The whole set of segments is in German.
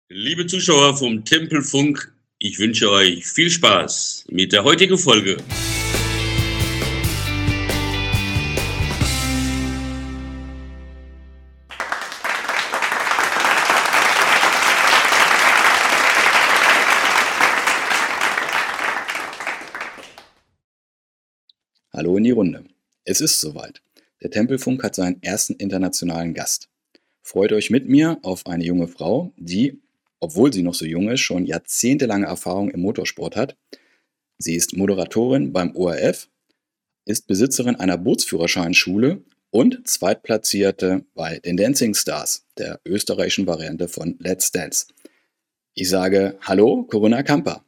Liebe Zuschauer vom Tempelfunk, ich wünsche euch viel Spaß mit der heutigen Folge. Hallo in die Runde. Es ist soweit. Der Tempelfunk hat seinen ersten internationalen Gast. Freut euch mit mir auf eine junge Frau, die, obwohl sie noch so jung ist, schon jahrzehntelange Erfahrung im Motorsport hat. Sie ist Moderatorin beim ORF, ist Besitzerin einer Bootsführerscheinschule und Zweitplatzierte bei den Dancing Stars, der österreichischen Variante von Let's Dance. Ich sage Hallo, Corinna Kamper.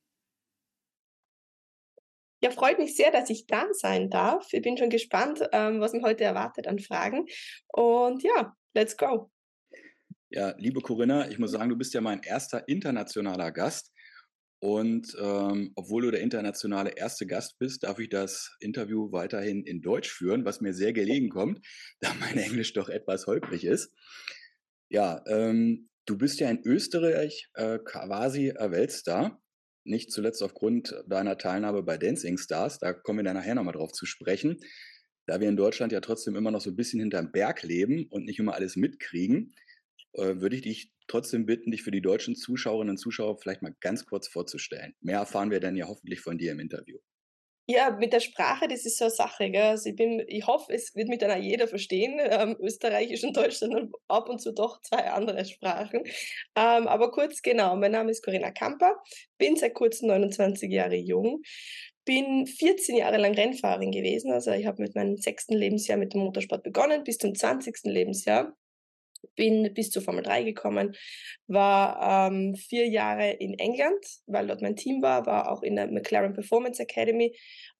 Ja, freut mich sehr, dass ich da sein darf. Ich bin schon gespannt, was mich heute erwartet an Fragen. Und ja, let's go. Ja, liebe Corinna, ich muss sagen, du bist ja mein erster internationaler Gast. Und obwohl du der internationale erste Gast bist, darf ich das Interview weiterhin in Deutsch führen, was mir sehr gelegen kommt, da mein Englisch doch etwas holprig ist. Ja, du bist ja in Österreich quasi Weltstar, nicht zuletzt aufgrund deiner Teilnahme bei Dancing Stars. Da kommen wir dann nachher nochmal drauf zu sprechen. Da wir in Deutschland ja trotzdem immer noch so ein bisschen hinterm Berg leben und nicht immer alles mitkriegen, würde ich dich trotzdem bitten, dich für die deutschen Zuschauerinnen und Zuschauer vielleicht mal ganz kurz vorzustellen. Mehr erfahren wir dann ja hoffentlich von dir im Interview. Ja, mit der Sprache, das ist so eine Sache, gell? Also ich hoffe, es wird mich dann auch jeder verstehen. Österreichisch und Deutsch sind dann ab und zu doch zwei andere Sprachen. Aber kurz, genau, mein Name ist Corinna Kamper, bin seit kurzem 29 Jahre jung, bin 14 Jahre lang Rennfahrerin gewesen. Also ich habe mit meinem 6. Lebensjahr mit dem Motorsport begonnen, bis zum 20. Lebensjahr. Bin bis zur Formel 3 gekommen, war 4 Jahre in England, weil dort mein Team war auch in der McLaren Performance Academy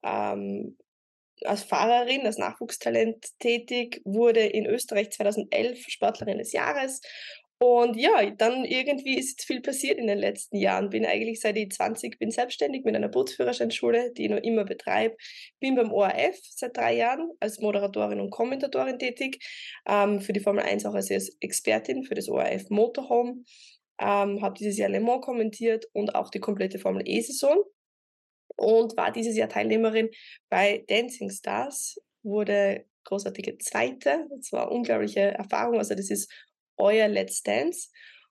als Fahrerin, als Nachwuchstalent tätig, wurde in Österreich 2011 Sportlerin des Jahres. Und ja, dann irgendwie ist jetzt viel passiert in den letzten Jahren. Bin eigentlich seit ich 20 bin selbstständig mit einer Bootsführerscheinschule, die ich noch immer betreibe. Bin beim ORF seit 3 Jahren als Moderatorin und Kommentatorin tätig, für die Formel 1 auch als Expertin für das ORF Motorhome. Habe dieses Jahr Le Mans kommentiert und auch die komplette Formel E-Saison und war dieses Jahr Teilnehmerin bei Dancing Stars, wurde großartige Zweite. Das war eine unglaubliche Erfahrung. Also das ist euer Let's Dance.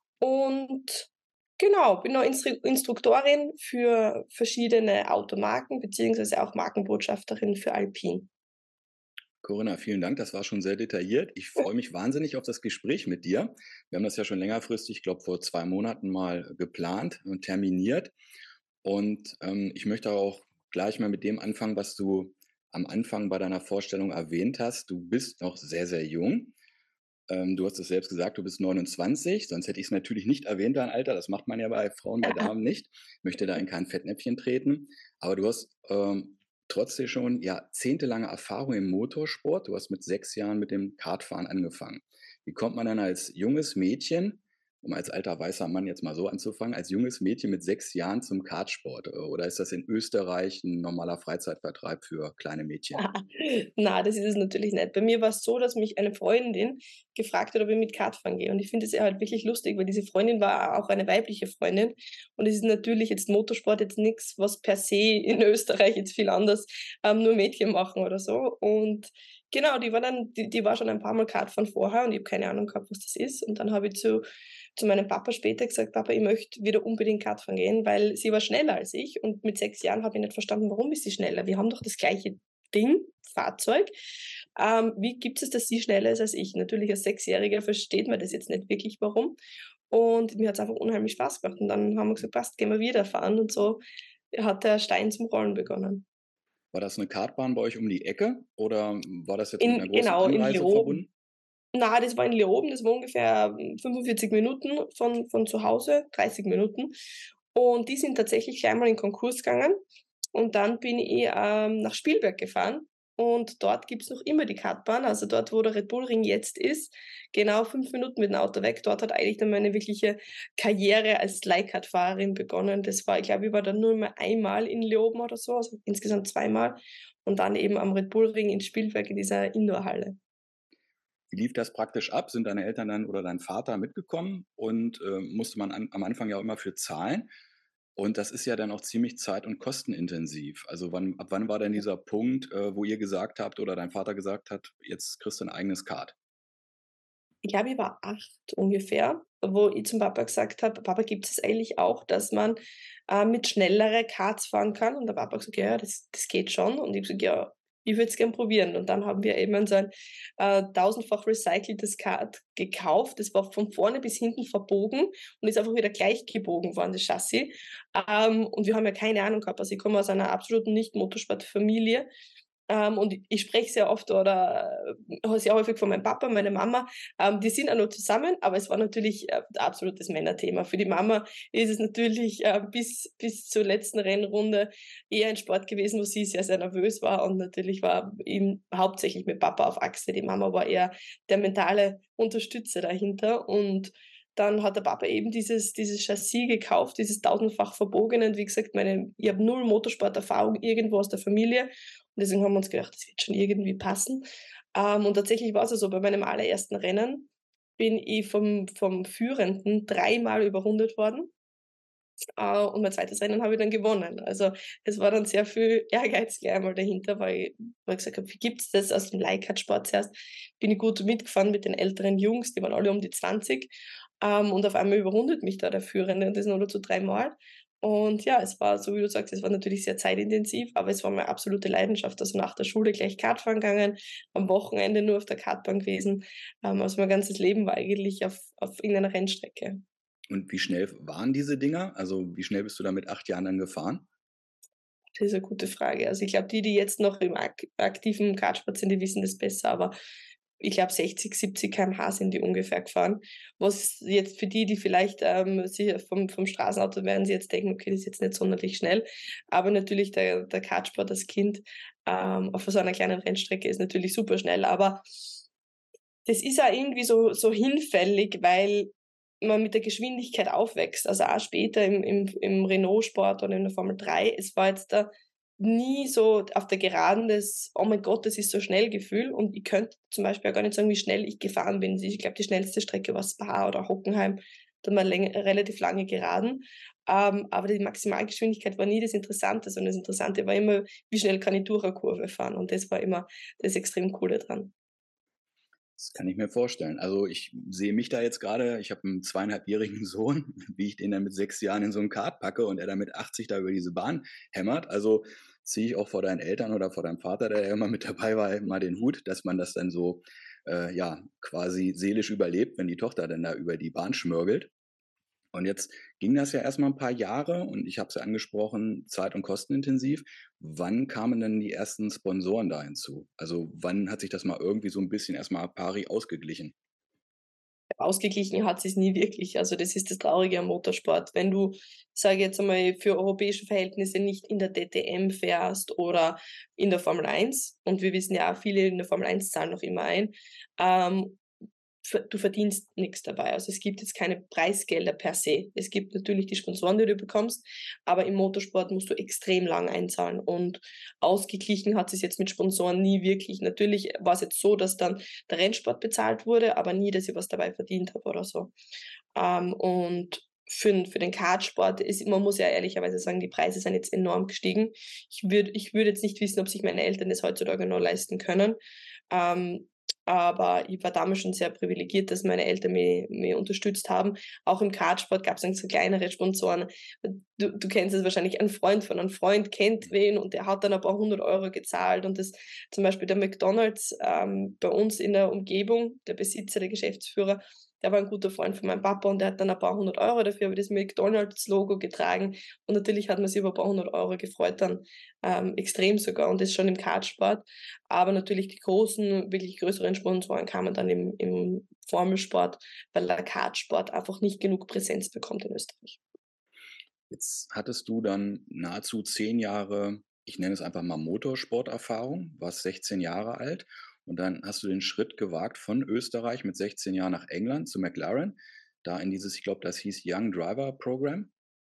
Und genau, bin noch Instruktorin für verschiedene Automarken, beziehungsweise auch Markenbotschafterin für Alpine. Corinna, vielen Dank. Das war schon sehr detailliert. Ich freue mich wahnsinnig auf das Gespräch mit dir. Wir haben das ja schon längerfristig, ich glaube vor 2 Monaten mal geplant und terminiert. Und ich möchte auch gleich mal mit dem anfangen, was du am Anfang bei deiner Vorstellung erwähnt hast. Du bist noch sehr, sehr jung. Du hast es selbst gesagt, du bist 29, sonst hätte ich es natürlich nicht erwähnt, dein Alter. Das macht man ja bei Frauen, bei Damen nicht. Ich möchte da in kein Fettnäpfchen treten. Aber du hast trotzdem schon jahrzehntelange Erfahrung im Motorsport. Du hast mit 6 Jahren mit dem Kartfahren angefangen. Wie kommt man dann als junges Mädchen, um als alter weißer Mann jetzt mal so anzufangen, als junges Mädchen mit 6 Jahren zum Kartsport? Oder ist das in Österreich ein normaler Freizeitvertreib für kleine Mädchen? Na, das ist es natürlich nicht. Bei mir war es so, dass mich eine Freundin gefragt hat, ob ich mit Kartfahren gehe. Und ich finde es ja halt wirklich lustig, weil diese Freundin war auch eine weibliche Freundin. Und es ist natürlich jetzt Motorsport jetzt nichts, was per se in Österreich jetzt viel anders nur Mädchen machen oder so. Und genau, die war schon ein paar Mal Kartfahren vorher und ich habe keine Ahnung gehabt, was das ist. Und dann habe ich zu meinem Papa später gesagt, Papa, ich möchte wieder unbedingt Kartfahren gehen, weil sie war schneller als ich. Und mit 6 Jahren habe ich nicht verstanden, warum ist sie schneller? Wir haben doch das gleiche Ding, Fahrzeug. Wie gibt es, dass sie schneller ist als ich? Natürlich als Sechsjähriger versteht man das jetzt nicht wirklich, warum. Und mir hat es einfach unheimlich Spaß gemacht. Und dann haben wir gesagt, passt, gehen wir wieder fahren. Und so hat der Stein zum Rollen begonnen. War das eine Kartbahn bei euch um die Ecke oder war das jetzt mit einer großen Genau, in Anreise Leoben. verbunden? Na, das war in Leoben, das war ungefähr 45 Minuten von zu Hause, 30 Minuten. Und die sind tatsächlich gleich mal in Konkurs gegangen. Und dann bin ich nach Spielberg gefahren. Und dort gibt's noch immer die Kartbahn, also dort, wo der Red Bull Ring jetzt ist, genau 5 Minuten mit dem Auto weg. Dort hat eigentlich dann meine wirkliche Karriere als Leihkartfahrerin begonnen. Das war, ich glaube, ich war dann nur mal einmal in Leoben oder so, also insgesamt zweimal. Und dann eben am Red Bull Ring in Spielberg in dieser Indoorhalle. Wie lief das praktisch ab? Sind deine Eltern dann oder dein Vater mitgekommen und, musste man am Anfang ja auch immer für zahlen? Und das ist ja dann auch ziemlich zeit und kostenintensiv. Also, ab wann war denn dieser Punkt, wo ihr gesagt habt oder dein Vater gesagt hat: „Jetzt kriegst du 'n eigenes Kart?“ Ich glaube, ich war 8 ungefähr, wo ich zum Papa gesagt habe: „Papa, gibt es eigentlich auch, dass man, mit schnellere Karts fahren kann?“ Und der Papa hat gesagt: „Ja, ja, das geht schon.“ Und ich habe gesagt: „Ja, ich würde es gern probieren.“ Und dann haben wir eben so ein, tausendfach recyceltes Kart gekauft. Das war von vorne bis hinten verbogen und ist einfach wieder gleich gebogen worden, das Chassis. Und wir haben ja keine Ahnung gehabt. Also, ich komme aus einer absoluten Nicht-Motorsportfamilie. Und ich spreche sehr oft oder sehr häufig von meinem Papa, meiner Mama. Die sind auch noch zusammen, aber es war natürlich, absolutes Männerthema. Für die Mama ist es natürlich, bis zur letzten Rennrunde eher ein Sport gewesen, wo sie sehr, sehr nervös war und natürlich war eben hauptsächlich mit Papa auf Achse. Die Mama war eher der mentale Unterstützer dahinter und dann hat der Papa eben dieses Chassis gekauft, dieses tausendfach verbogene und wie gesagt, ich habe null Motorsporterfahrung irgendwo aus der Familie und deswegen haben wir uns gedacht, das wird schon irgendwie passen. Und tatsächlich war es ja so, bei meinem allerersten Rennen bin ich vom Führenden dreimal überrundet worden. Und mein zweites Rennen habe ich dann gewonnen. Also, es war dann sehr viel Ehrgeiz gleich einmal dahinter, weil ich gesagt habe: „Wie gibt's das?“ Aus dem Leihkartsport zuerst bin ich gut mitgefahren mit den älteren Jungs, die waren alle um die 20. Und auf einmal überrundet mich da der Führende und das nur dazu dreimal. Und ja, es war so, wie du sagst, es war natürlich sehr zeitintensiv, aber es war meine absolute Leidenschaft. Also, nach der Schule gleich Kartfahren gegangen, am Wochenende nur auf der Kartbahn gewesen. Also, mein ganzes Leben war eigentlich auf irgendeiner Rennstrecke. Und wie schnell waren diese Dinger? Also, wie schnell bist du da mit 8 Jahren dann gefahren? Das ist 'ne gute Frage. Also, ich glaube, die jetzt noch im aktiven Kartsport sind, die wissen das besser, aber ich glaube 60, 70 km/h sind die ungefähr gefahren. Was jetzt für die, die vielleicht, sich vom Straßenauto werden sie jetzt denken: „Okay, das ist jetzt nicht sonderlich schnell.“ Aber natürlich der Kartsport als Kind, auf so einer kleinen Rennstrecke ist natürlich super schnell. Aber das ist auch irgendwie so hinfällig, weil man mit der Geschwindigkeit aufwächst. Also, auch später im Renault-Sport oder in der Formel 3. Es war jetzt da nie so auf der Geraden das: „Oh mein Gott, das ist so schnell“ Gefühl. Und ich könnte zum Beispiel auch gar nicht sagen, wie schnell ich gefahren bin. Ich glaube, die schnellste Strecke war Spa oder Hockenheim, dann mal relativ lange Geraden. Aber die Maximalgeschwindigkeit war nie das Interessante, sondern das Interessante war immer, wie schnell kann ich durch eine Kurve fahren. Und das war immer das extrem Coole dran. Das kann ich mir vorstellen. Also, ich sehe mich da jetzt gerade. Ich habe einen zweieinhalbjährigen Sohn, wie ich den dann mit 6 Jahren in so 'n Kart packe und er dann mit 80 da über diese Bahn hämmert. Also, ziehe ich auch vor deinen Eltern oder vor deinem Vater, der ja immer mit dabei war, mal den Hut, dass man das dann so, ja, quasi seelisch überlebt, wenn die Tochter dann da über die Bahn schmörgelt. Und jetzt ging das ja erst mal 'n paar Jahre und ich habe es ja angesprochen, zeit und kostenintensiv. Wann kamen denn die ersten Sponsoren da hinzu? Also, wann hat sich das mal irgendwie so 'n bisschen erst mal pari ausgeglichen? Ausgeglichen hat sie's nie wirklich. Also, das ist das Traurige am Motorsport. Wenn du, sage ich jetzt einmal, für europäische Verhältnisse nicht in der DTM fährst oder in der Formel 1 und wir wissen ja auch, viele in der Formel 1 zahlen noch immer ein, ähm, du verdienst nichts dabei. Also, es gibt jetzt keine Preisgelder per se. Es gibt natürlich die Sponsoren, die du bekommst, aber im Motorsport musst du extrem lang einzahlen und ausgeglichen hat sie's jetzt mit Sponsoren nie wirklich. Natürlich war's jetzt so, dass dann der Rennsport bezahlt wurde, aber nie, dass ich was dabei verdient habe oder so. Und für den Kartsport ist, man muss ja ehrlicherweise sagen, die Preise sind jetzt enorm gestiegen. Ich würde jetzt nicht wissen, ob sich meine Eltern das heutzutage noch leisten können. Ähm, aber ich war damals schon sehr privilegiert, dass meine Eltern mich unterstützt haben. Auch im Kartsport gab's dann so kleinere Sponsoren. Du kennst es wahrscheinlich, ein Freund von einem Freund kennt wen und der hat dann ein paar 100 € gezahlt und das zum Beispiel der McDonald's, bei uns in der Umgebung, der Besitzer, der Geschäftsführer, der war ein guter Freund von meinem Papa und der hat dann ein paar 100 € dafür über das McDonald's-Logo getragen und natürlich hat man sich über ein paar 100 € gefreut dann, extrem sogar und das schon im Kartsport. Aber natürlich die großen, wirklich größeren Sponsoren kamen dann im Formelsport, weil der Kartsport einfach nicht genug Präsenz bekommt in Österreich. Jetzt hattest du dann nahezu 10 Jahre, ich nenne es einfach mal Motorsporterfahrung, warst 16 Jahre alt und dann hast du den Schritt gewagt von Österreich mit 16 Jahren nach England zu McLaren, da in dieses, ich glaube, das hieß Young Driver Program.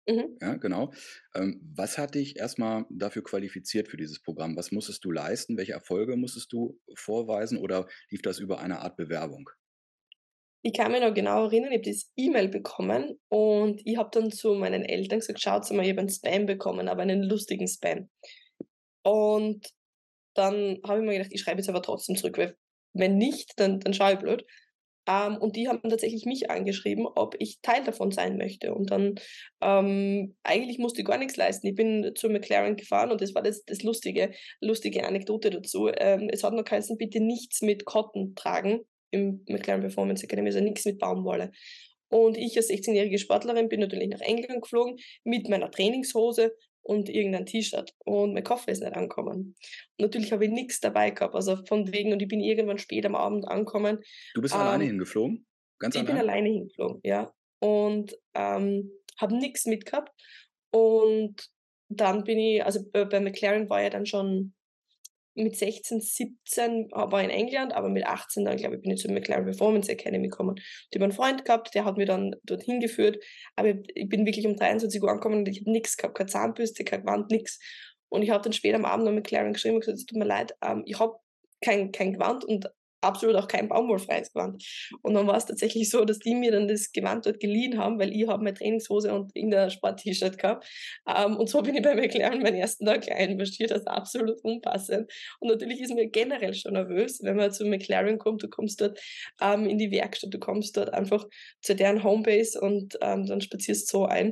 Mhm. Ja, genau. Was hat dich erstmal dafür qualifiziert für dieses Programm? Was musstest du leisten? Welche Erfolge musstest du vorweisen oder lief das über eine Art Bewerbung? Ich kann mich noch genau erinnern, ich habe das E-Mail bekommen und ich habe dann zu meinen Eltern gesagt: „Schaut mal, ich habe einen Spam bekommen, aber einen lustigen Spam.“ Und dann habe ich mir gedacht, ich schreibe jetzt aber trotzdem zurück, weil wenn nicht, dann schaue ich blöd. Und die haben tatsächlich mich angeschrieben, ob ich Teil davon sein möchte. Und dann, eigentlich musste ich gar nichts leisten. Ich bin zu McLaren gefahren und das war das lustige Anekdote dazu. Es hat noch geheißen, bitte nichts mit Cotton tragen im McLaren Performance Academy, also nichts mit Baumwolle. Und ich als 16-jährige Sportlerin bin natürlich nach England geflogen mit meiner Trainingshose und irgendein T-Shirt und mein Koffer ist nicht angekommen. Und natürlich habe ich nichts dabei gehabt, also von wegen und ich bin irgendwann spät am Abend angekommen. Du bist alleine Ähm, hingeflogen? Ganz Ich bin allein? alleine hingeflogen, ja. Und, habe nix mitgehabt. Und dann bin ich also bei McLaren war ich dann schon mit 16, 17 war ich in England, aber mit 18 dann, glaube ich, bin ich zur McLaren Performance Academy gekommen. Ich habe einen Freund gehabt, der hat mich dann dorthin geführt, aber ich bin wirklich um 23 angekommen und ich habe nix gehabt, keine Zahnbürste, kein Gewand, nix. Und ich habe dann später am Abend noch McLaren geschrieben und gesagt: „Es tut mir leid, ich habe kein Gewand und absolut auch kein baumwollfreies Gewand.“ Und dann war es tatsächlich so, dass die mir dann das Gewand dort geliehen haben, weil ich habe meine Trainingshose und irgendein Sport-T-Shirt gehabt. Und so bin ich bei McLaren meinen ersten Tag einmarschiert, also absolut unpassend. Und natürlich ist man generell schon nervös, wenn man zu McLaren kommt. Du kommst dort in die Werkstatt, du kommst dort einfach zu deren Homebase und dann spazierst so ein.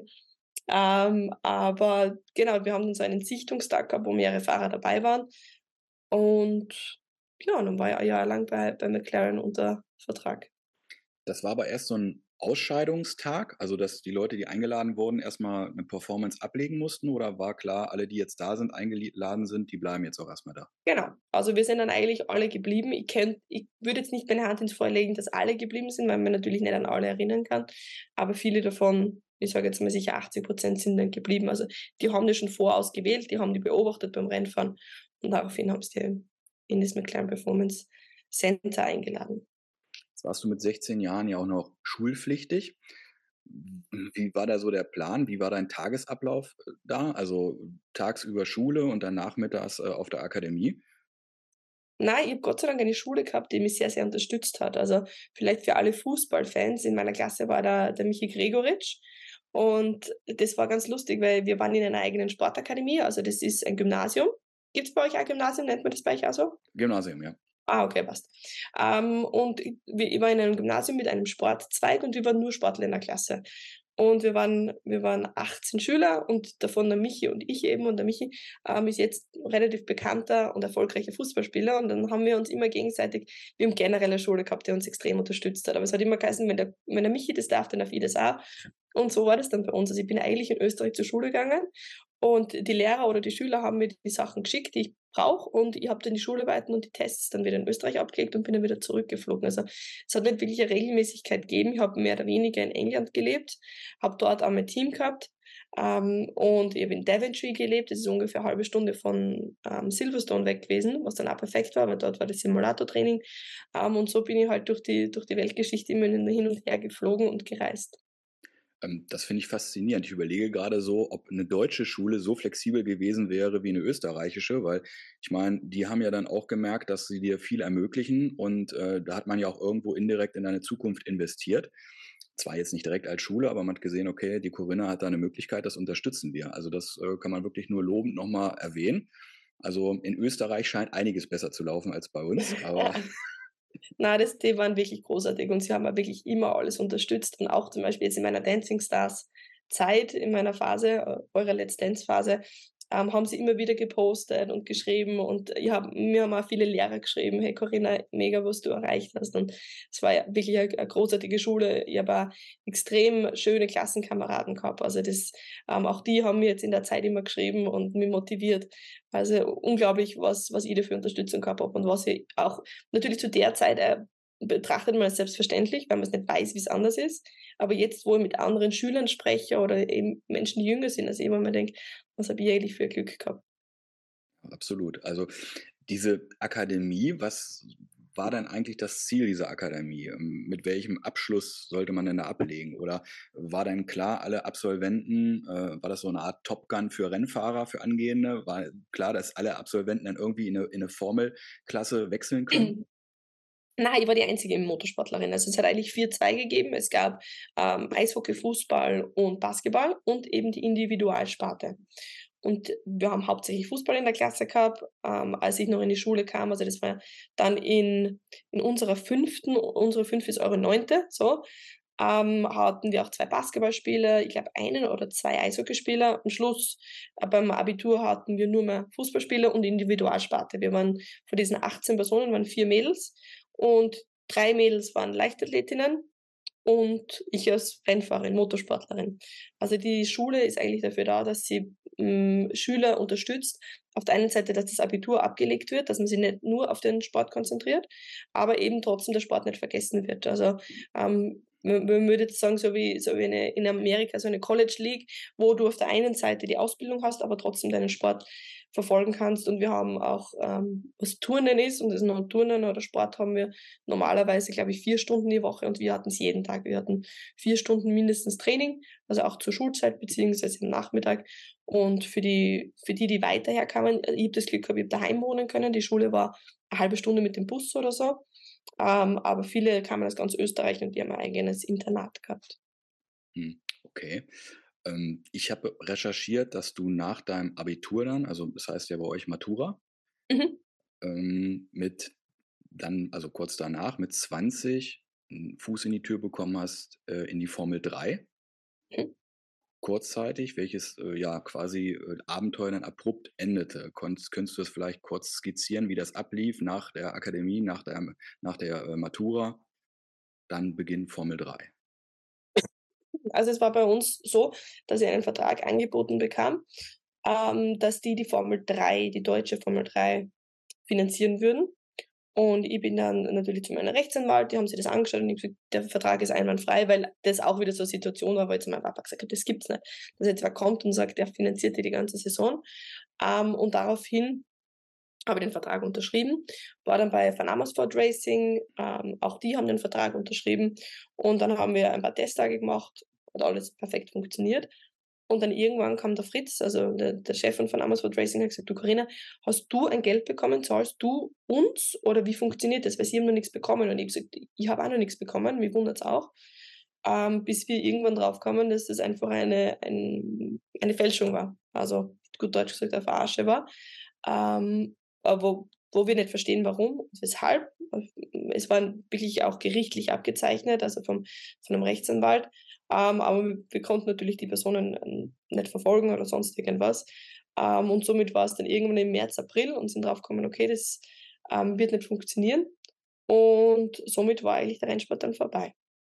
Aber genau, wir haben dann so einen Sichtungstag gehabt, wo mehrere Fahrer dabei waren. Und ja, dann war ich ein Jahr lang bei McLaren unter Vertrag. Das war aber erst so 'n Ausscheidungstag, also, dass die Leute, die eingeladen wurden, erst mal 'ne Performance ablegen mussten oder war klar, alle, die jetzt da sind, eingeladen sind, die bleiben jetzt auch erst mal da? Genau. Also, wir sind dann eigentlich alle geblieben. Ich würde jetzt nicht meine Hand ins Feuer legen, dass alle geblieben sind, weil man natürlich nicht an alle erinnern kann. Aber viele davon, ich sage jetzt mal sicher 80% sind dann geblieben. Also, die haben die schon vorausgewählt, die haben die beobachtet beim Rennfahren und daraufhin haben sie die in das McLaren Performance Center eingeladen. Jetzt warst du mit 16 Jahren ja auch noch schulpflichtig. Wie war da so der Plan? Wie war dein Tagesablauf, da? Also, tagsüber Schule und dann nachmittags, auf der Akademie? Nein, ich habe Gott sei Dank eine Schule gehabt, die mich sehr, sehr unterstützt hat. Also, vielleicht für alle Fußballfans, in meiner Klasse war der Michi Gregoritsch und das war ganz lustig, weil wir waren in einer eigenen Sportakademie, also das ist ein Gymnasium. Gibt's bei euch auch Gymnasium? Nennt man das bei euch auch so? Gymnasium, ja. Ah, okay, passt. Und ich war in einem Gymnasium mit einem Sportzweig und wir waren nur Sportler in der Klasse. Und wir waren 18 Schüler und davon der Michi und ich eben. Und der Michi, ist jetzt relativ bekannter und erfolgreicher Fußballspieler. Und dann haben wir uns immer gegenseitig wir haben generell 'ne Schule gehabt, die uns extrem unterstützt hat. Aber es hat immer geheißen, wenn der Michi das darf, dann darf ich das auch. Und so war das dann bei uns. Also, ich bin eigentlich in Österreich zur Schule gegangen und die Lehrer oder die Schüler haben mir die Sachen geschickt, die ich brauche und ich habe dann die Schularbeiten und die Tests dann wieder in Österreich abgelegt und bin dann wieder zurückgeflogen. Also, es hat nicht wirklich 'ne Regelmäßigkeit gegeben. Ich habe mehr oder weniger in England gelebt, habe dort auch mein Team gehabt, und ich habe in Daventry gelebt. Das ist ungefähr 1/2 Stunde von, Silverstone weg gewesen, was dann auch perfekt war, weil dort war das Simulatortraining. Und so bin ich halt durch die Weltgeschichte immer hin und her geflogen und gereist. Das finde ich faszinierend. Ich überlege gerade so, ob eine deutsche Schule so flexibel gewesen wäre wie eine österreichische, weil ich meine, die haben ja dann auch gemerkt, dass sie dir viel ermöglichen und, da hat man ja auch irgendwo indirekt in deine Zukunft investiert. Zwar jetzt nicht direkt als Schule, aber man hat gesehen: „Okay, die Corinna hat da eine Möglichkeit, das unterstützen wir.“ Also, das, kann man wirklich nur lobend noch mal erwähnen. Also, in Österreich scheint einiges besser zu laufen als bei uns, aber Ja. Na, die waren wirklich großartig und sie haben auch wirklich immer alles unterstützt und auch zum Beispiel jetzt in meiner Dancing Stars Zeit, in meiner Phase, eurer Let's Dance Phase, haben sie immer wieder gepostet und geschrieben und mir haben auch viele Lehrer geschrieben: „Hey Corinna, mega, was du erreicht hast.“ Und es war ja wirklich eine großartige Schule. Ich habe auch extrem schöne Klassenkameraden gehabt. Also das auch die haben mir jetzt in der Zeit immer geschrieben und mich motiviert. Also unglaublich, was ich da für Unterstützung gehabt habe und was ich auch natürlich zu der Zeit, betrachtet man als selbstverständlich, weil man es nicht weiß, wie es anders ist. Aber jetzt, wo ich mit anderen Schülern spreche oder eben Menschen, die jünger sind als ich, wo man denkt: „Was habe ich eigentlich für Glück gehabt?“ absolut. Also, diese Akademie, war denn eigentlich das Ziel dieser Akademie? Mit welchem Abschluss sollte man denn da ablegen? Oder war denn klar, alle Absolventen, war das so eine Art Top Gun für Rennfahrer, für Angehende? War klar, dass alle Absolventen dann irgendwie in 'ne Formelklasse wechseln können? Nein, ich war die einzige Motorsportlerin. Also, es hat eigentlich 4 Zweige gegeben. Es gab, Eishockey, Fußball und Basketball und eben die Individualsparte. Und wir haben hauptsächlich Fußball in der Klasse gehabt, als ich noch in die Schule kam. Also, das war dann in unserer 5., unsere 5. ist eure 9., so, hatten wir auch 2 Basketballspieler, ich glaube einen oder 2 Eishockeyspieler. Am Schluss, beim Abitur hatten wir nur mehr Fußballspieler und Individualsparte. Wir waren von diesen 18 Personen waren 4 Mädels und 3 Mädels waren Leichtathletinnen und ich als Rennfahrerin, Motorsportlerin. Also, die Schule ist eigentlich dafür da, dass sie, Schüler unterstützt. Auf der einen Seite, dass das Abitur abgelegt wird, dass man sich nicht nur auf den Sport konzentriert, aber eben trotzdem der Sport nicht vergessen wird. Also, man würde jetzt sagen, so wie eine in Amerika so eine College League, wo du auf der einen Seite die Ausbildung hast, aber trotzdem deinen Sport verfolgen kannst. Und wir haben auch, was Turnen ist und das noch Turnen oder Sport haben wir normalerweise, glaube ich, 4 Stunden die Woche und wir hatten es jeden Tag. Wir hatten 4 Stunden mindestens Training, also auch zur Schulzeit beziehungsweise am Nachmittag. Und für die weiter herkamen, ich habe das Glück gehabt, ich habe daheim wohnen können. Die Schule war 'ne halbe Stunde mit dem Bus oder so. Aber viele kamen aus ganz Österreich und die haben ein eigenes Internat gehabt. Okay. Ich habe recherchiert, dass du nach deinem Abitur dann, also das heißt ja bei euch Matura, Mhm. mit dann, also kurz danach, mit 20 'n Fuß in die Tür bekommen hast, in die Formel 3, Mhm. kurzzeitig, welches, ja quasi, Abenteuer dann abrupt endete. Könntest du das vielleicht kurz skizzieren, wie das ablief nach der Akademie, nach der Matura, dann Beginn Formel 3? Also, es war bei uns so, dass ich einen Vertrag angeboten bekam, dass die Formel 3, die deutsche Formel 3 finanzieren würden. Und ich bin dann natürlich zu meiner Rechtsanwalt, die haben sich das angeschaut und ich habe gesagt: „Der Vertrag ist einwandfrei“, weil das auch wieder so 'ne Situation war, wo jetzt mein Papa gesagt hat: „Das gibt's nicht.“ Dass jetzt wer kommt und sagt, er finanziert dir die ganze Saison. Und daraufhin habe ich den Vertrag unterschrieben, war dann bei Van Amersfoort Racing, auch die haben den Vertrag unterschrieben und dann haben wir ein paar Testtage gemacht, hat alles perfekt funktioniert. Und dann irgendwann kam der Fritz, also der Chef von Van Amersfoort Racing, hat gesagt: „Du Corinna, hast du ein Geld bekommen? Zahlst du uns oder wie funktioniert das? Weil sie haben noch nichts bekommen.“ Und ich habe gesagt: „Ich habe auch noch nichts bekommen, mich wundert's auch.“ Bis wir irgendwann drauf kamen, dass das einfach eine Fälschung war. Also, gut Deutsch gesagt, eine Verarsche war. Aber wo wir nicht verstehen, warum und weshalb. Es war wirklich auch gerichtlich abgezeichnet, also von 'nem Rechtsanwalt. Aber wir konnten natürlich die Personen, nicht verfolgen oder sonst irgendwas. Und somit war es dann irgendwann im März, April und sind drauf gekommen: „Okay, das, wird nicht funktionieren.“ Und somit war eigentlich der Rennsport dann vorbei.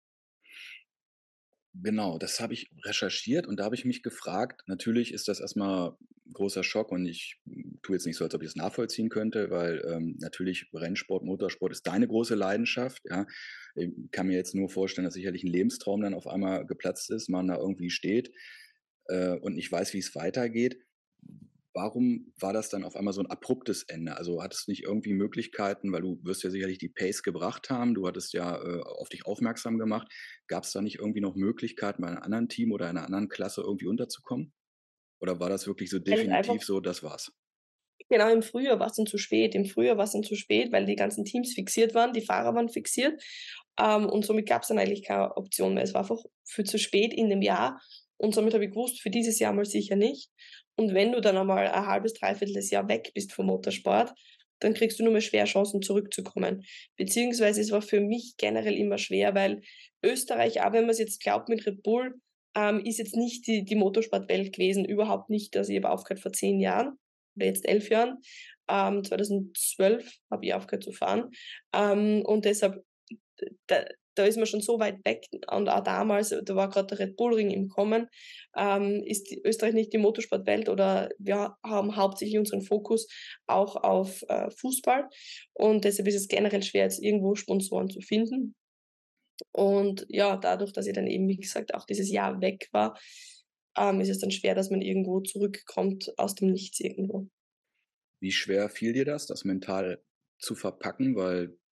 Genau, das habe ich recherchiert und da habe ich mich gefragt, natürlich ist das erstmal großer Schock und ich tue jetzt nicht so, als ob ich es nachvollziehen könnte, weil, natürlich Rennsport, Motorsport ist deine große Leidenschaft, ja. Ich kann mir jetzt nur vorstellen, dass sicherlich ein Lebenstraum dann auf einmal geplatzt ist, man da irgendwie steht, und nicht weiß, wie es weitergeht. Warum war das dann auf einmal so ein abruptes Ende? Also, hattest du nicht irgendwie Möglichkeiten, weil du wirst ja sicherlich die Pace gebracht haben, du hattest ja, auf dich aufmerksam gemacht. Gab es da nicht irgendwie noch Möglichkeiten, bei einem anderen Team oder einer anderen Klasse irgendwie unterzukommen? Oder war das wirklich so Weil es einfach definitiv so, das war's? genau, im Frühjahr war's dann zu spät. Im Frühjahr war's dann zu spät, weil die ganzen Teams fixiert waren, die Fahrer waren fixiert, und somit gab's dann eigentlich keine Option mehr. Es war einfach viel zu spät in dem Jahr und somit habe ich gewusst, für dieses Jahr mal sicher nicht. Und wenn du dann einmal ein halbes, dreiviertel Jahr weg bist vom Motorsport, dann kriegst du nur mehr schwer Chancen zurückzukommen. Beziehungsweise es war für mich generell immer schwer, weil Österreich, auch wenn man's jetzt glaubt mit Red Bull, ist jetzt nicht die Motorsportwelt gewesen, überhaupt nicht. Also, ich habe aufgehört vor 10 Jahren oder jetzt 11 Jahren. 2012 habe ich aufgehört zu fahren. Und deshalb, da ist man schon so weit weg und auch damals, da war gerade der Red Bull Ring im Kommen, ist die Österreich nicht die Motorsportwelt oder wir haben hauptsächlich unseren Fokus auch auf, Fußball und deshalb ist es generell schwer, jetzt irgendwo Sponsoren zu finden. Und ja, dadurch, dass ich dann eben, wie gesagt, auch dieses Jahr weg war, ist es dann schwer, dass man irgendwo zurückkommt aus dem Nichts irgendwo. Wie schwer fiel dir das mental zu verpacken? Weil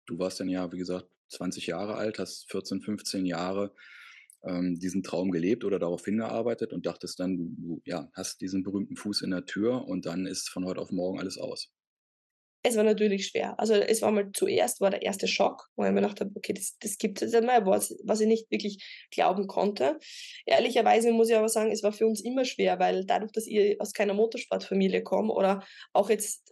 Du warst dann ja, wie gesagt, 20 Jahre alt, hast 14, 15 Jahre diesen Traum gelebt oder darauf hingearbeitet und dachtest dann, du ja, hast diesen berühmten Fuß in der Tür und dann ist von heute auf morgen alles aus. Es war natürlich schwer. Also, es war mal zuerst war der erste Schock, wo ich mir gedacht habe: „Okay, das gibt's jetzt einmal", was ich nicht wirklich glauben konnte. Ehrlicherweise muss ich aber sagen, es war für uns immer schwer, weil dadurch, dass ich aus keiner Motorsportfamilie komme oder auch jetzt,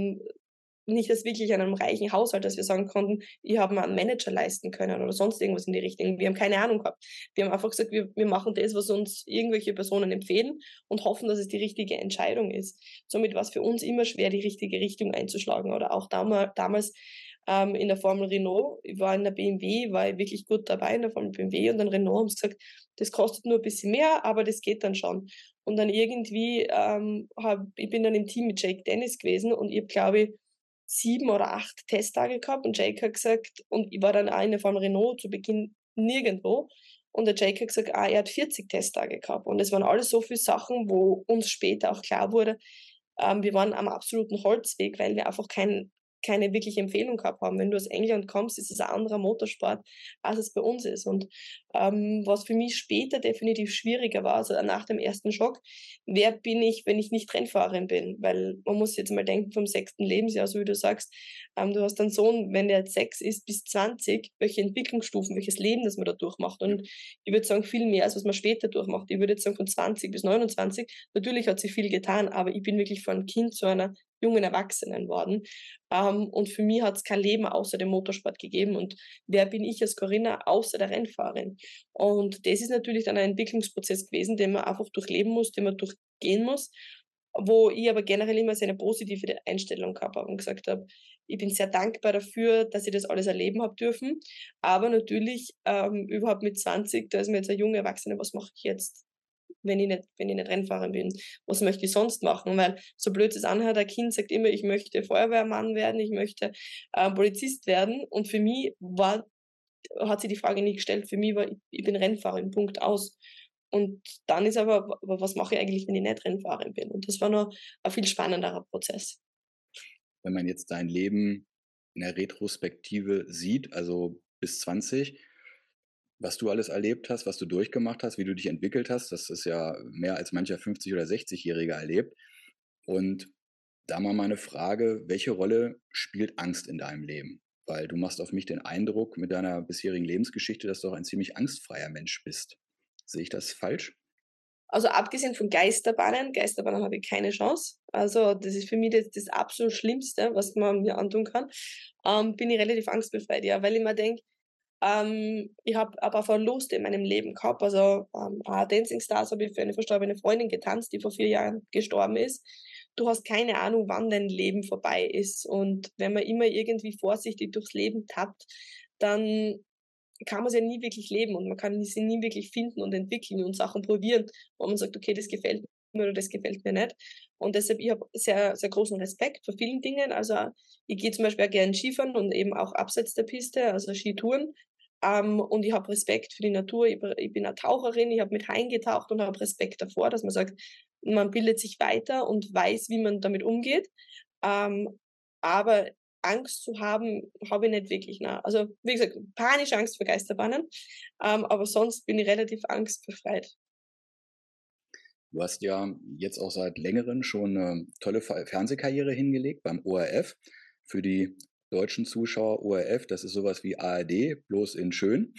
nicht aus wirklich einem reichen Haushalt, dass wir sagen konnten, ich habe mir einen Manager leisten können oder sonst irgendwas in die Richtung. Wir haben keine Ahnung gehabt. Wir haben einfach gesagt, wir machen das, was uns irgendwelche Personen empfehlen und hoffen, dass es die richtige Entscheidung ist. Somit war es für uns immer schwer, die richtige Richtung einzuschlagen. Oder auch damals in der Formel Renault, ich war in der BMW, war ich wirklich gut dabei in der Formel BMW und dann Renault haben sie gesagt, das kostet nur ein bisschen mehr, aber das geht dann schon. Und dann irgendwie, ich bin dann im Team mit Jake Dennis gewesen und ich habe, glaube ich, 7 oder 8 Testtage gehabt und Jake hat gesagt und ich war dann auch in der Formel Renault zu Beginn nirgendwo und der Jake hat gesagt, er hat 40 Testtage gehabt und es waren alles so viele Sachen, wo uns später auch klar wurde, wir waren am absoluten Holzweg, weil wir einfach keine wirkliche Empfehlung gehabt haben. Wenn du aus England kommst, ist es ein anderer Motorsport, als es bei uns ist. Und was für mich später definitiv schwieriger war, also nach dem ersten Schock, wer bin ich, wenn ich nicht Rennfahrerin bin? Weil man muss jetzt mal denken, vom 6. Lebensjahr, so wie du sagst, du hast einen Sohn, wenn der jetzt 6 ist bis 20, welche Entwicklungsstufen, welches Leben das man da durchmacht. Und ich würde sagen, viel mehr, als was man später durchmacht. Ich würde jetzt sagen, von 20 bis 29, natürlich hat sich viel getan, aber ich bin wirklich von Kind zu einer jungen Erwachsenen worden. Und für mich hat es kein Leben außer dem Motorsport gegeben. Und wer bin ich als Corinna außer der Rennfahrerin? Und das ist natürlich dann ein Entwicklungsprozess gewesen, den man einfach durchleben muss, den man durchgehen muss, wo ich aber generell immer sehr eine positive Einstellung gehabt habe und gesagt habe, ich bin sehr dankbar dafür, dass ich das alles erleben habe dürfen. Aber natürlich überhaupt mit 20, da ist mir jetzt eine junge Erwachsene, was mache ich jetzt? Wenn ich nicht Rennfahrerin bin, was möchte ich sonst machen? Weil so blöd es anhört, ein Kind sagt immer, ich möchte Feuerwehrmann werden, ich möchte Polizist werden. Und für mich hat sie die Frage nie gestellt. Für mich war, ich bin Rennfahrerin, Punkt aus. Und dann ist aber, was mache ich eigentlich, wenn ich nicht Rennfahrerin bin? Und das war noch ein viel spannenderer Prozess. Wenn man jetzt dein Leben in der Retrospektive sieht, also bis 20, was du alles erlebt hast, was du durchgemacht hast, wie du dich entwickelt hast, das ist ja mehr als mancher 50- oder 60-Jährige erlebt. Und da mal meine Frage, welche Rolle spielt Angst in deinem Leben? Weil du machst auf mich den Eindruck mit deiner bisherigen Lebensgeschichte, dass du auch ein ziemlich angstfreier Mensch bist. Sehe ich das falsch? Also abgesehen von Geisterbahnen habe ich keine Chance. Also das ist für mich das absolut Schlimmste, was man mir antun kann. Bin ich relativ angstbefreit, ja, weil ich mir denke, ich habe aber Verluste in meinem Leben gehabt. Also Dancing Stars habe ich für eine verstorbene Freundin getanzt, die vor 4 Jahren gestorben ist. Du hast keine Ahnung, wann dein Leben vorbei ist. Und wenn man immer irgendwie vorsichtig durchs Leben tappt, dann kann man es ja nie wirklich leben und man kann sie nie wirklich finden und entwickeln und Sachen probieren, wo man sagt, okay, das gefällt mir oder das gefällt mir nicht. Und deshalb, ich habe sehr, sehr großen Respekt vor vielen Dingen. Also ich gehe zum Beispiel auch gerne Skifahren und eben auch abseits der Piste, also Skitouren. Und ich habe Respekt für die Natur. Ich bin eine Taucherin, ich habe mit Haien getaucht und habe Respekt davor, dass man sagt, man bildet sich weiter und weiß, wie man damit umgeht. Ähm, aber Angst zu haben, habe ich nicht wirklich. Nein. Also, wie gesagt, panische Angst vor Geisterbahnen, aber sonst bin ich relativ angstbefreit. Du hast ja jetzt auch seit längerem schon eine tolle Fernsehkarriere hingelegt beim ORF. Für die deutschen Zuschauer ORF, das ist sowas wie ARD, bloß in schön.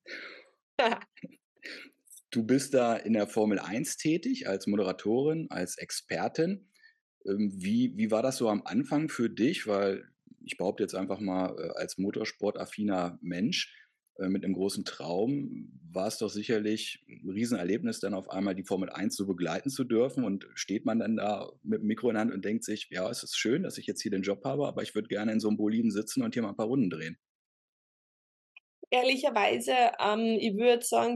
Du bist da in der Formel 1 tätig, als Moderatorin, als Expertin. Wie war das so am Anfang für dich? Weil ich behaupte jetzt einfach mal, als motorsportaffiner Mensch mit einem großen Traum war es doch sicherlich ein Riesenerlebnis, dann auf einmal die Formel 1 so begleiten zu dürfen. Und steht man dann da mit dem Mikro in der Hand und denkt sich, ja, es ist schön, dass ich jetzt hier den Job habe, aber ich würde gerne in so einem Boliden sitzen und hier mal ein paar Runden drehen. Ehrlicherweise, ich würde sagen,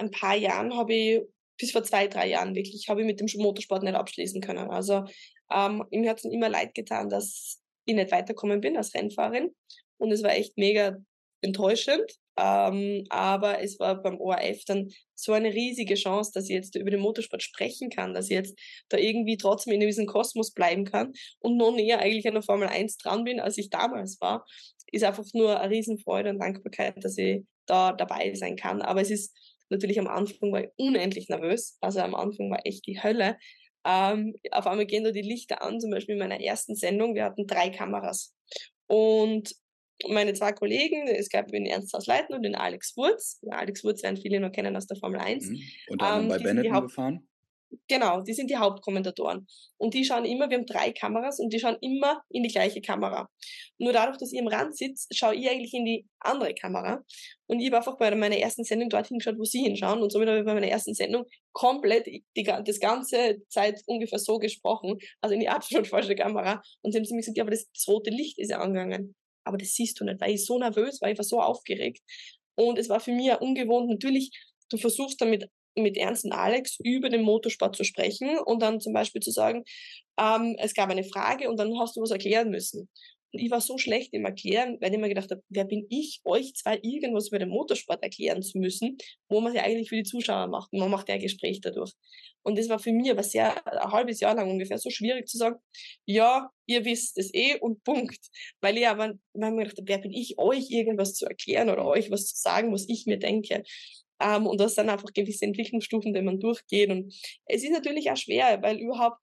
bis vor 2, 3 Jahren wirklich, habe ich mit dem Motorsport nicht abschließen können. Also mir hat es immer leid getan, dass ich nicht weitergekommen bin als Rennfahrerin. Und es war echt mega enttäuschend. Aber es war beim ORF dann so eine riesige Chance, dass ich jetzt über den Motorsport sprechen kann, dass ich jetzt da irgendwie trotzdem in diesem Kosmos bleiben kann und noch näher eigentlich an der Formel 1 dran bin, als ich damals war, ist einfach nur eine Riesenfreude und Dankbarkeit, dass ich da dabei sein kann. Aber es ist natürlich am Anfang war ich unendlich nervös. Also am Anfang war echt die Hölle. Auf einmal gehen da die Lichter an, zum Beispiel in meiner ersten Sendung. Wir hatten 3 Kameras. Und meine 2 Kollegen, es gab den Ernst Haus-Leitner und den Alex Wurz. Alex Wurz werden viele noch kennen aus der Formel 1. Unter anderem bei Die sind die Benetton gefahren. Genau, die sind die Hauptkommentatoren. Und die schauen immer, wir haben 3 Kameras und die schauen immer in die gleiche Kamera. Nur dadurch, dass ich am Rand sitze, schaue ich eigentlich in die andere Kamera. Und ich habe einfach bei meiner ersten Sendung dorthin geschaut, wo sie hinschauen. Und somit habe ich bei meiner ersten Sendung komplett das ganze Zeit ungefähr so gesprochen, also in die absolut falsche Kamera. Und sie haben zu mir gesagt, ja, aber das rote Licht ist ja angegangen. Aber das siehst du nicht, weil ich so nervös war, ich war so aufgeregt. Und es war für mich ja ungewohnt. Natürlich, du versuchst damit mit Ernst und Alex über den Motorsport zu sprechen und dann zum Beispiel zu sagen, es gab eine Frage und dann hast du was erklären müssen. Und ich war so schlecht im Erklären, weil ich mir gedacht habe, wer bin ich, euch 2 irgendwas über den Motorsport erklären zu müssen, wo man es ja eigentlich für die Zuschauer macht. Man macht ja ein Gespräch dadurch. Und das war für mich aber ein halbes Jahr lang ungefähr so schwierig zu sagen, ja, ihr wisst es eh und Punkt. Weil ich aber, weil ich mir gedacht habe, wer bin ich, euch irgendwas zu erklären oder euch was zu sagen, was ich mir denke. Und das sind einfach gewisse Entwicklungsstufen, die man durchgeht. Und es ist natürlich auch schwer, weil überhaupt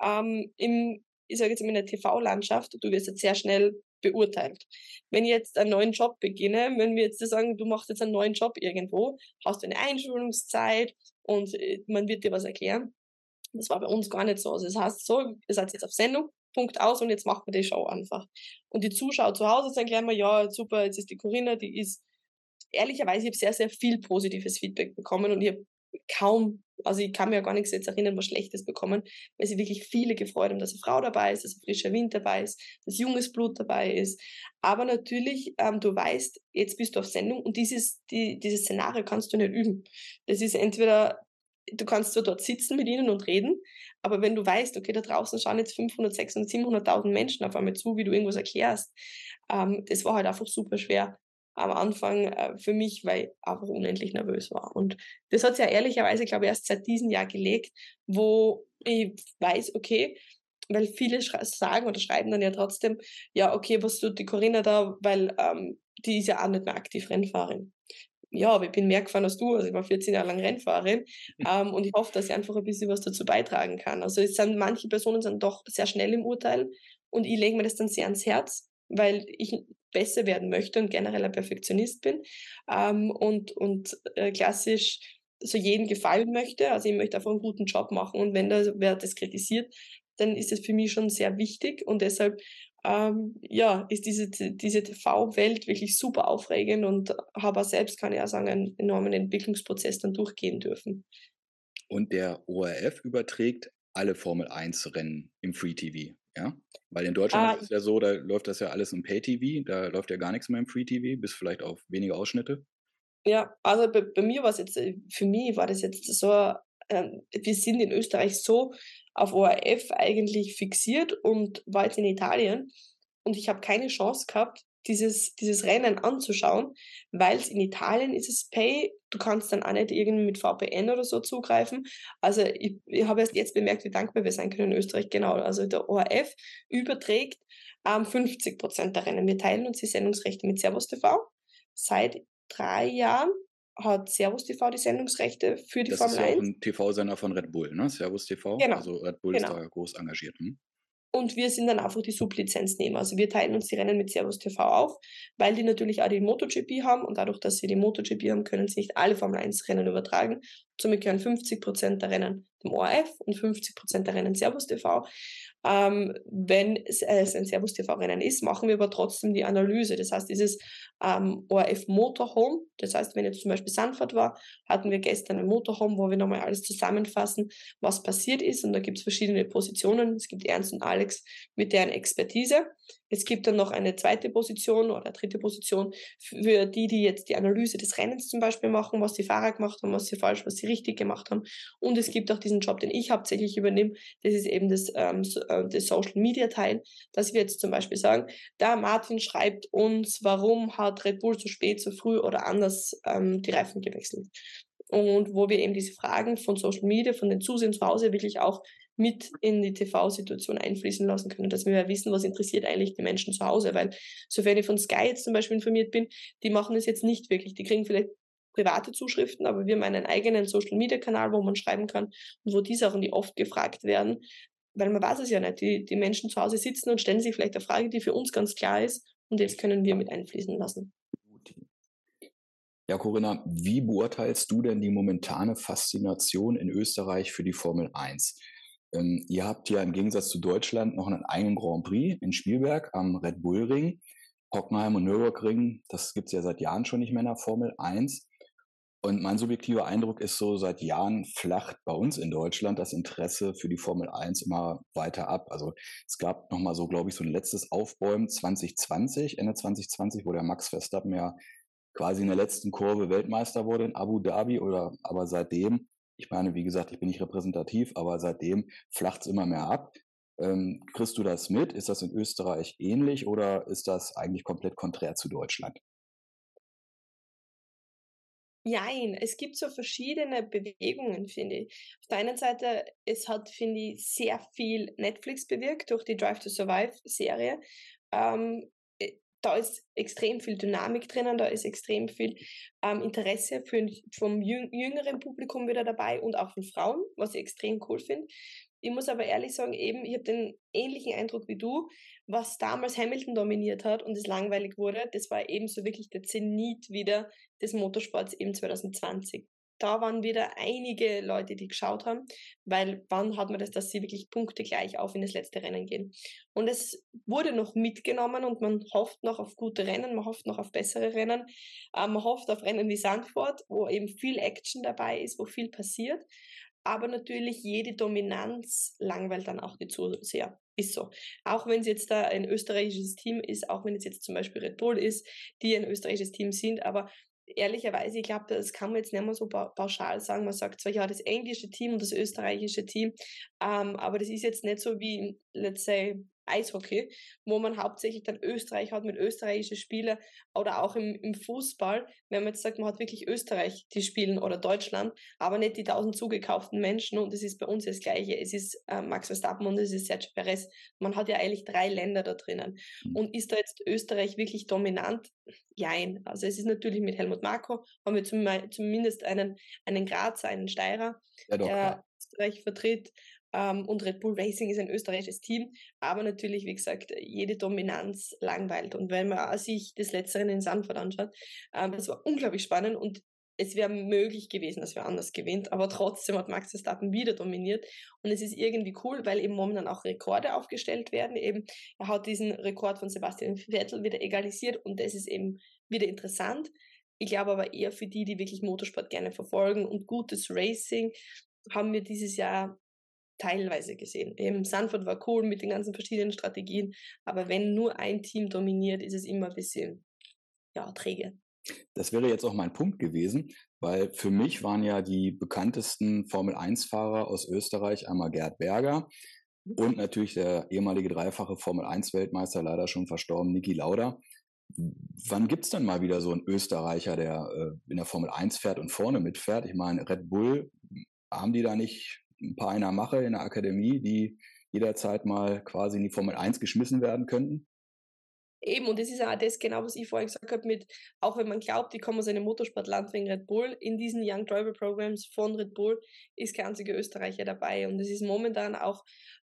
ich sage jetzt in der TV-Landschaft, du wirst jetzt sehr schnell beurteilt. Wenn ich jetzt einen neuen Job beginne, wenn wir jetzt sagen, du machst jetzt einen neuen Job irgendwo, hast du eine Einschulungszeit und man wird dir was erklären. Das war bei uns gar nicht so. Also das heißt so, ihr seid jetzt auf Sendung, Punkt aus und jetzt machen wir die Show einfach. Und die Zuschauer zu Hause sagen gleich mal, ja, super, jetzt ist die Corinna, die ist ehrlicherweise, ich habe sehr, sehr viel positives Feedback bekommen und ich habe also ich kann mir ja gar nichts jetzt erinnern, was Schlechtes bekommen, weil sich wirklich viele gefreut haben, dass eine Frau dabei ist, dass ein frischer Wind dabei ist, dass junges Blut dabei ist. Aber natürlich, du weißt, jetzt bist du auf Sendung und dieses Szenario kannst du nicht üben. Das ist entweder, du kannst zwar dort sitzen mit ihnen und reden, aber wenn du weißt, okay, da draußen schauen jetzt 500, 600, 700.000 Menschen auf einmal zu, wie du irgendwas erklärst, das war halt einfach super schwer am Anfang für mich, weil ich einfach unendlich nervös war. Und das hat sich ja ehrlicherweise, glaube ich, erst seit diesem Jahr gelegt, wo ich weiß, okay, weil viele sagen oder schreiben dann ja trotzdem, ja, okay, was tut die Corinna da, weil die ist ja auch nicht mehr aktiv Rennfahrerin. Ja, aber ich bin mehr gefahren als du, also ich war 14 Jahre lang Rennfahrerin und ich hoffe, dass ich einfach ein bisschen was dazu beitragen kann. Also manche Personen sind doch sehr schnell im Urteil und ich lege mir das dann sehr ans Herz, weil ich besser werden möchte und generell ein Perfektionist bin und klassisch so jedem gefallen möchte. Also ich möchte einfach einen guten Job machen und wenn da wer das kritisiert, dann ist es für mich schon sehr wichtig und deshalb ist diese TV-Welt wirklich super aufregend und habe auch selbst, kann ich auch sagen, einen enormen Entwicklungsprozess dann durchgehen dürfen. Und der ORF überträgt alle Formel-1-Rennen im Free-TV, ja? Weil in Deutschland ist es ja so, da läuft das ja alles im Pay-TV, da läuft ja gar nichts mehr im Free-TV, bis vielleicht auf wenige Ausschnitte. Ja, also bei mir war es jetzt, für mich war das jetzt so, wir sind in Österreich so auf ORF eigentlich fixiert und war jetzt in Italien und ich habe keine Chance gehabt, dieses Rennen anzuschauen, weil es in Italien ist es Pay, du kannst dann auch nicht irgendwie mit VPN oder so zugreifen. Also ich habe erst jetzt bemerkt, wie dankbar wir sein können in Österreich, genau. Also der ORF überträgt 50% der Rennen. Wir teilen uns die Sendungsrechte mit Servus TV. Seit 3 Jahren hat Servus TV die Sendungsrechte für die Formel 1. Das ist ja auch ein TV-Sender von Red Bull, ne? Servus TV. Genau. Also Red Bull ist da groß engagiert. Und wir sind dann einfach die Sublizenznehmer. Also wir teilen uns die Rennen mit Servus TV auf, weil die natürlich auch die MotoGP haben und dadurch, dass sie die MotoGP haben, können sie nicht alle Formel 1 Rennen übertragen. Somit gehören 50% der Rennen dem ORF und 50% der Rennen Servus TV. Wenn es ein Servus TV-Rennen ist, machen wir aber trotzdem die Analyse. Das heißt, dieses ORF Motorhome, das heißt, wenn jetzt zum Beispiel Sanford war, hatten wir gestern ein Motorhome, wo wir nochmal alles zusammenfassen, was passiert ist. Und da gibt es verschiedene Positionen. Es gibt Ernst und Alex mit deren Expertise. Es gibt dann noch eine zweite Position oder dritte Position für die jetzt die Analyse des Rennens zum Beispiel machen, was die Fahrer gemacht haben, was sie falsch, was sie richtig gemacht haben. Und es gibt auch diesen Job, den ich hauptsächlich übernehme. Das ist eben das Social-Media-Teil, dass wir jetzt zum Beispiel sagen, der Martin schreibt uns, warum hat Red Bull zu spät, zu früh oder anders die Reifen gewechselt. und wo wir eben diese Fragen von Social Media, von den Zusehern zu Hause wirklich auch mit in die TV-Situation einfließen lassen können, dass wir ja wissen, was interessiert eigentlich die Menschen zu Hause, weil sofern ich von Sky jetzt zum Beispiel informiert bin, die machen es jetzt nicht wirklich. Die kriegen vielleicht private Zuschriften, aber wir haben einen eigenen Social-Media-Kanal, wo man schreiben kann und wo die Sachen, die oft gefragt werden, weil man weiß es ja nicht, die Menschen zu Hause sitzen und stellen sich vielleicht eine Frage, die für uns ganz klar ist und das können wir mit einfließen lassen. Ja, Corinna, wie beurteilst du denn die momentane Faszination in Österreich für die Formel 1? Ihr habt ja im Gegensatz zu Deutschland noch einen eigenen Grand Prix in Spielberg am Red Bull Ring. Hockenheim und Nürburgring, das gibt es ja seit Jahren schon nicht mehr in der Formel 1. Und mein subjektiver Eindruck ist so, seit Jahren flacht bei uns in Deutschland das Interesse für die Formel 1 immer weiter ab. Also es gab nochmal so, glaube ich, so ein letztes Aufbäumen 2020, Ende 2020, wo der Max Verstappen ja quasi in der letzten Kurve Weltmeister wurde in Abu Dhabi, aber seitdem, ich meine, wie gesagt, ich bin nicht repräsentativ, aber seitdem flacht es immer mehr ab. Kriegst du das mit? Ist das in Österreich ähnlich oder ist das eigentlich komplett konträr zu Deutschland? Jein, es gibt so verschiedene Bewegungen, finde ich. Auf der einen Seite, es hat, finde ich, sehr viel Netflix bewirkt durch die Drive to Survive-Serie. Da ist extrem viel Dynamik drinnen, da ist extrem viel Interesse vom jüngeren Publikum wieder dabei und auch von Frauen, was ich extrem cool finde. Ich muss aber ehrlich sagen, eben, ich habe den ähnlichen Eindruck wie du, was damals Hamilton dominiert hat und es langweilig wurde, das war eben so wirklich der Zenit wieder des Motorsports eben 2020. Da waren wieder einige Leute, die geschaut haben, weil wann hat man das, dass sie wirklich Punkte gleich auf in das letzte Rennen gehen. Und es wurde noch mitgenommen und man hofft noch auf gute Rennen, man hofft noch auf bessere Rennen, man hofft auf Rennen wie Zandvoort, wo eben viel Action dabei ist, wo viel passiert. Aber natürlich jede Dominanz langweilt dann auch die Zuseher. Ist so. Auch wenn es jetzt da ein österreichisches Team ist, auch wenn es jetzt zum Beispiel Red Bull ist, die ein österreichisches Team sind, aber ehrlicherweise, ich glaube, das kann man jetzt nicht mehr so pauschal sagen. Man sagt zwar, ja, das englische Team und das österreichische Team, aber das ist jetzt nicht so wie, let's say, Eishockey, wo man hauptsächlich dann Österreich hat mit österreichischen Spielern oder auch im Fußball, wenn man jetzt sagt, man hat wirklich Österreich, die spielen oder Deutschland, aber nicht die 1000 zugekauften Menschen und es ist bei uns das Gleiche. Es ist Max Verstappen und es ist Sergio Perez. Man hat ja eigentlich 3 Länder da drinnen. Und ist da jetzt Österreich wirklich dominant? Jein. Also es ist natürlich mit Helmut Marko, haben wir zumindest einen Grazer, einen Steirer, Ja, doch, klar. der Österreich vertritt. Und Red Bull Racing ist ein österreichisches Team, aber natürlich, wie gesagt, jede Dominanz langweilt. Und wenn man sich das letzte Rennen in Zandvoort anschaut, das war unglaublich spannend und es wäre möglich gewesen, dass wer anders gewinnt, aber trotzdem hat Max Verstappen wieder dominiert und es ist irgendwie cool, weil eben momentan auch Rekorde aufgestellt werden. Eben, er hat diesen Rekord von Sebastian Vettel wieder egalisiert und das ist eben wieder interessant. Ich glaube aber eher für die wirklich Motorsport gerne verfolgen und gutes Racing haben wir dieses Jahr teilweise gesehen. Eben Zandvoort war cool mit den ganzen verschiedenen Strategien, aber wenn nur ein Team dominiert, ist es immer ein bisschen, ja, träge. Das wäre jetzt auch mein Punkt gewesen, weil für mich waren ja die bekanntesten Formel-1-Fahrer aus Österreich einmal Gerd Berger und natürlich der ehemalige dreifache Formel-1-Weltmeister, leider schon verstorben, Niki Lauda. Wann gibt's dann mal wieder so einen Österreicher, der in der Formel 1 fährt und vorne mitfährt? Ich meine, Red Bull, haben die da nicht ein paar einer Mache in der Akademie, die jederzeit mal quasi in die Formel 1 geschmissen werden könnten? Eben, und das ist auch das genau, was ich vorhin gesagt habe, mit, auch wenn man glaubt, die kommen aus einem Motorsportland wegen Red Bull, in diesen Young Driver Programs von Red Bull ist kein einziger Österreicher dabei. Und es ist momentan auch,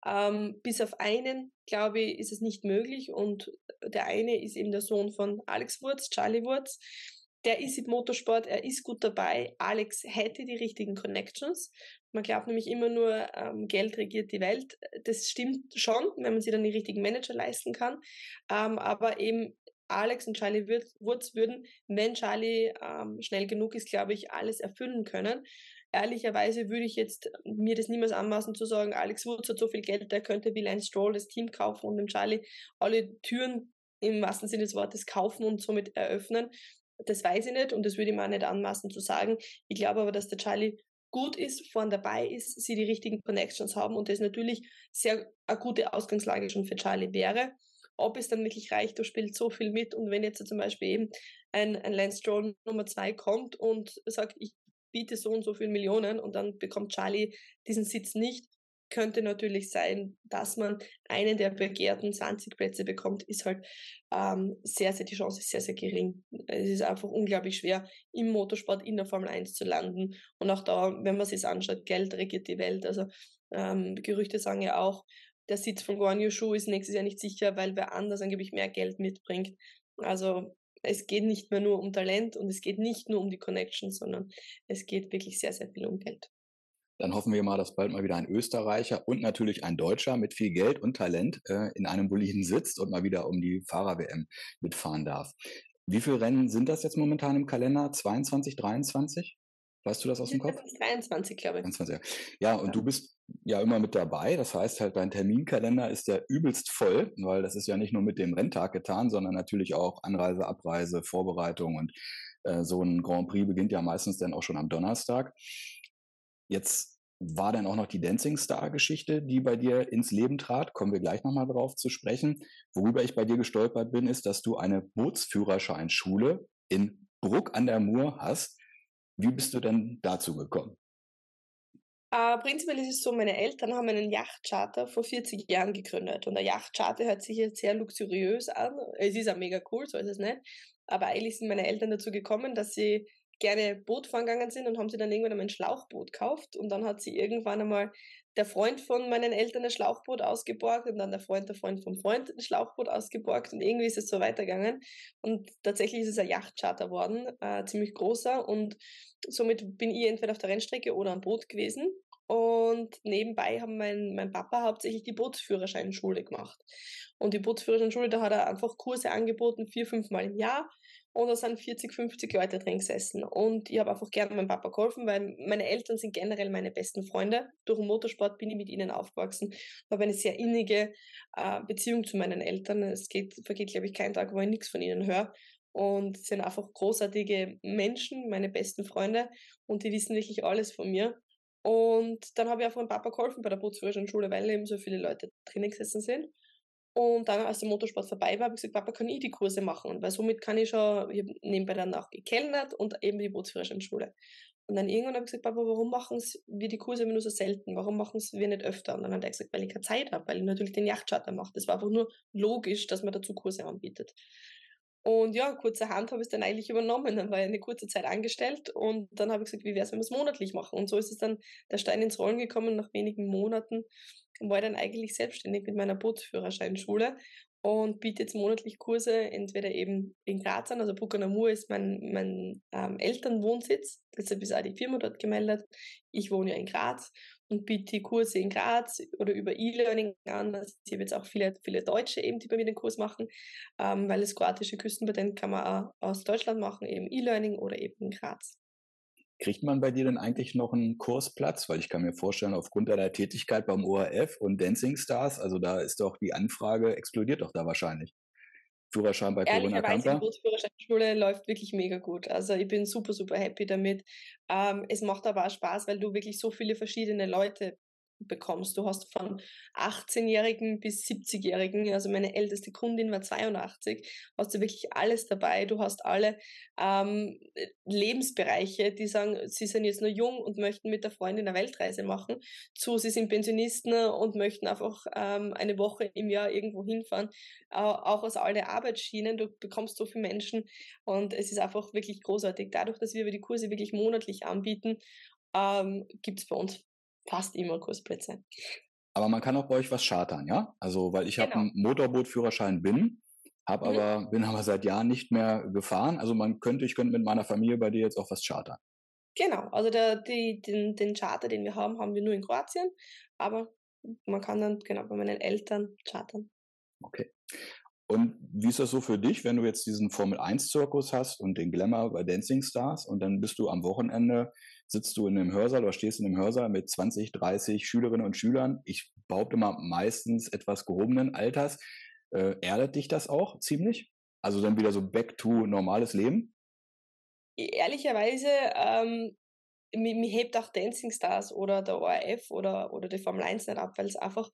bis auf einen, glaube ich, ist es nicht möglich. Und der eine ist eben der Sohn von Alex Wurz, Charlie Wurz. Der ist im Motorsport, er ist gut dabei. Alex hätte die richtigen Connections. Man glaubt nämlich immer nur, Geld regiert die Welt. Das stimmt schon, wenn man sich dann die richtigen Manager leisten kann. Aber eben Alex und Charlie Wurz würden, wenn Charlie schnell genug ist, glaube ich, alles erfüllen können. Ehrlicherweise würde ich jetzt mir das niemals anmaßen zu sagen, Alex Wurz hat so viel Geld, der könnte wie Lance Stroll das Team kaufen und dem Charlie alle Türen im wahrsten Sinne des Wortes kaufen und somit eröffnen. Das weiß ich nicht und das würde ich mir auch nicht anmaßen zu sagen. Ich glaube aber, dass der Charlie gut ist, vorn dabei ist, sie die richtigen Connections haben und das natürlich sehr eine gute Ausgangslage schon für Charlie wäre. Ob es dann wirklich reicht, da spielt so viel mit und wenn jetzt zum Beispiel eben ein Lance Stroll Nummer 2 kommt und sagt, ich biete so und so viele Millionen und dann bekommt Charlie diesen Sitz nicht, könnte natürlich sein, dass man einen der begehrten 20 Plätze bekommt, ist halt die Chance ist sehr, sehr gering. Es ist einfach unglaublich schwer, im Motorsport in der Formel 1 zu landen. Und auch da, wenn man sich anschaut, Geld regiert die Welt. Also Gerüchte sagen ja auch, der Sitz von Guan Yu Shu ist nächstes Jahr nicht sicher, weil wer anders angeblich mehr Geld mitbringt. Also es geht nicht mehr nur um Talent und es geht nicht nur um die Connections, sondern es geht wirklich sehr, sehr viel um Geld. Dann hoffen wir mal, dass bald mal wieder ein Österreicher und natürlich ein Deutscher mit viel Geld und Talent in einem Boliden sitzt und mal wieder um die Fahrer-WM mitfahren darf. Wie viele Rennen sind das jetzt momentan im Kalender? 22, 23? Weißt du das aus dem Kopf? 23, glaube ich. 23, ja. Ja, und du bist ja immer mit dabei. Das heißt halt, dein Terminkalender ist ja übelst voll, weil das ist ja nicht nur mit dem Renntag getan, sondern natürlich auch Anreise, Abreise, Vorbereitung und so ein Grand Prix beginnt ja meistens dann auch schon am Donnerstag. Jetzt war dann auch noch die Dancing Star-Geschichte, die bei dir ins Leben trat. Kommen wir gleich nochmal drauf zu sprechen. Worüber ich bei dir gestolpert bin, ist, dass du eine Bootsführerscheinschule in Bruck an der Mur hast. Wie bist du denn dazu gekommen? Prinzipiell ist es so, meine Eltern haben einen Yachtcharter vor 40 Jahren gegründet. Und der Yachtcharter hört sich jetzt sehr luxuriös an. Es ist auch mega cool, so ist es nicht. Aber eigentlich sind meine Eltern dazu gekommen, dass sie gerne Boot fahren gegangen sind und haben sie dann irgendwann einmal ein Schlauchboot gekauft. Und dann hat sie irgendwann einmal der Freund von meinen Eltern ein Schlauchboot ausgeborgt und dann der Freund vom Freund ein Schlauchboot ausgeborgt. Und irgendwie ist es so weitergegangen. Und tatsächlich ist es ein Yachtcharter worden, ziemlich großer. Und somit bin ich entweder auf der Rennstrecke oder am Boot gewesen. Und nebenbei haben mein Papa hauptsächlich die Bootsführerscheinschule gemacht. Und die Bootsführerscheinschule, da hat er einfach Kurse angeboten, 4, 5 Mal im Jahr. Und da sind 40, 50 Leute drin gesessen. Und ich habe einfach gerne meinem Papa geholfen, weil meine Eltern sind generell meine besten Freunde. Durch den Motorsport bin ich mit ihnen aufgewachsen. Ich habe eine sehr innige Beziehung zu meinen Eltern. Vergeht, glaube ich, kein Tag, wo ich nichts von ihnen höre. Und sie sind einfach großartige Menschen, meine besten Freunde. Und die wissen wirklich alles von mir. Und dann habe ich einfach meinem Papa geholfen bei der Bootsführerschule, weil eben so viele Leute drinnen gesessen sind. Und dann, als der Motorsport vorbei war, habe ich gesagt, Papa, kann ich die Kurse machen? Und weil somit ich habe nebenbei dann auch gekellnert und eben die Bootsführerscheinschule. Und dann irgendwann habe ich gesagt, Papa, warum machen wir die Kurse immer nur so selten? Warum machen wir nicht öfter? Und dann hat er gesagt, weil ich keine Zeit habe, weil ich natürlich den Yachtcharter mache. Das war einfach nur logisch, dass man dazu Kurse anbietet. Und ja, kurzerhand habe ich es dann eigentlich übernommen. Dann war ich eine kurze Zeit angestellt und dann habe ich gesagt, wie wäre es, wenn wir es monatlich machen? Und so ist es dann der Stein ins Rollen gekommen. Nach wenigen Monaten war ich dann eigentlich selbstständig mit meiner Bootsführerscheinschule und biete jetzt monatlich Kurse, entweder eben in Graz an, also Bruck an der Mur ist mein Elternwohnsitz, deshalb ist auch die Firma dort gemeldet. Ich wohne ja in Graz und biete die Kurse in Graz oder über E-Learning an. Also ich habe jetzt auch viele Deutsche eben, die bei mir den Kurs machen, weil das kroatische Küstenpatent kann man auch aus Deutschland machen, eben E-Learning oder eben in Graz. Kriegt man bei dir denn eigentlich noch einen Kursplatz? Weil ich kann mir vorstellen, aufgrund deiner Tätigkeit beim ORF und Dancing Stars, also da ist doch die Anfrage, explodiert doch da wahrscheinlich. Führerschein bei Corinna Ehrlicherweise, die Kamper? Bootsführerscheinschule läuft wirklich mega gut. Also ich bin super, super happy damit. Es macht aber auch Spaß, weil du wirklich so viele verschiedene Leute bekommst. Du hast von 18-Jährigen bis 70-Jährigen, also meine älteste Kundin war 82, hast du wirklich alles dabei. Du hast alle Lebensbereiche, die sagen, sie sind jetzt nur jung und möchten mit der Freundin eine Weltreise machen, zu sie sind Pensionisten und möchten einfach eine Woche im Jahr irgendwo hinfahren, auch aus allen Arbeitsschienen. Du bekommst so viele Menschen und es ist einfach wirklich großartig. Dadurch, dass wir die Kurse wirklich monatlich anbieten, gibt es bei uns fast immer Kursplätze. Aber man kann auch bei euch was chartern, ja? Also, weil ich habe Genau. einen Motorbootführerschein, bin aber seit Jahren nicht mehr gefahren. Also ich könnte mit meiner Familie bei dir jetzt auch was chartern. Genau, also den Charter, den wir haben wir nur in Kroatien, aber man kann dann genau bei meinen Eltern chartern. Okay. Und wie ist das so für dich, wenn du jetzt diesen Formel-1-Zirkus hast und den Glamour bei Dancing Stars und dann bist du am Wochenende, sitzt du in einem Hörsaal oder stehst in einem Hörsaal mit 20, 30 Schülerinnen und Schülern, ich behaupte mal meistens etwas gehobenen Alters, erdet dich das auch ziemlich? Also dann wieder so back to normales Leben? Ehrlicherweise mich hebt auch Dancing Stars oder der ORF oder die Formel 1 nicht ab, weil es einfach,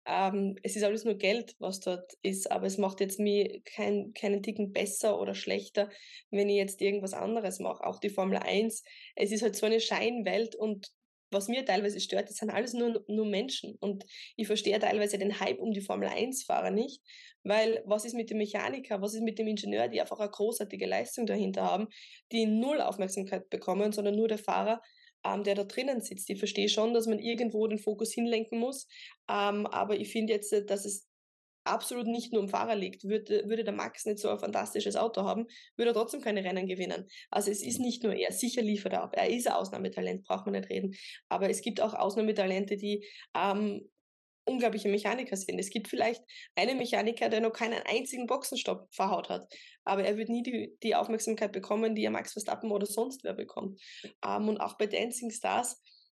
es ist alles nur Geld, was dort ist, aber es macht jetzt mir keinen Ticken besser oder schlechter, wenn ich jetzt irgendwas anderes mache. Auch die Formel 1, es ist halt so eine Scheinwelt und was mir teilweise stört, das sind alles nur Menschen und ich verstehe teilweise den Hype um die Formel-1-Fahrer nicht, weil was ist mit dem Mechaniker, was ist mit dem Ingenieur, die einfach eine großartige Leistung dahinter haben, die null Aufmerksamkeit bekommen, sondern nur der Fahrer, der da drinnen sitzt. Ich verstehe schon, dass man irgendwo den Fokus hinlenken muss, aber ich finde jetzt, dass es absolut nicht nur am Fahrer liegt. Würde der Max nicht so ein fantastisches Auto haben, würde er trotzdem keine Rennen gewinnen. Also es ist nicht nur er, sicher liefert er ab. Er ist ein Ausnahmetalent, braucht man nicht reden. Aber es gibt auch Ausnahmetalente, die unglaubliche Mechaniker sind. Es gibt vielleicht einen Mechaniker, der noch keinen einzigen Boxenstopp verhaut hat, aber er wird nie die Aufmerksamkeit bekommen, die er Max Verstappen oder sonst wer bekommt. Und auch bei Dancing Stars,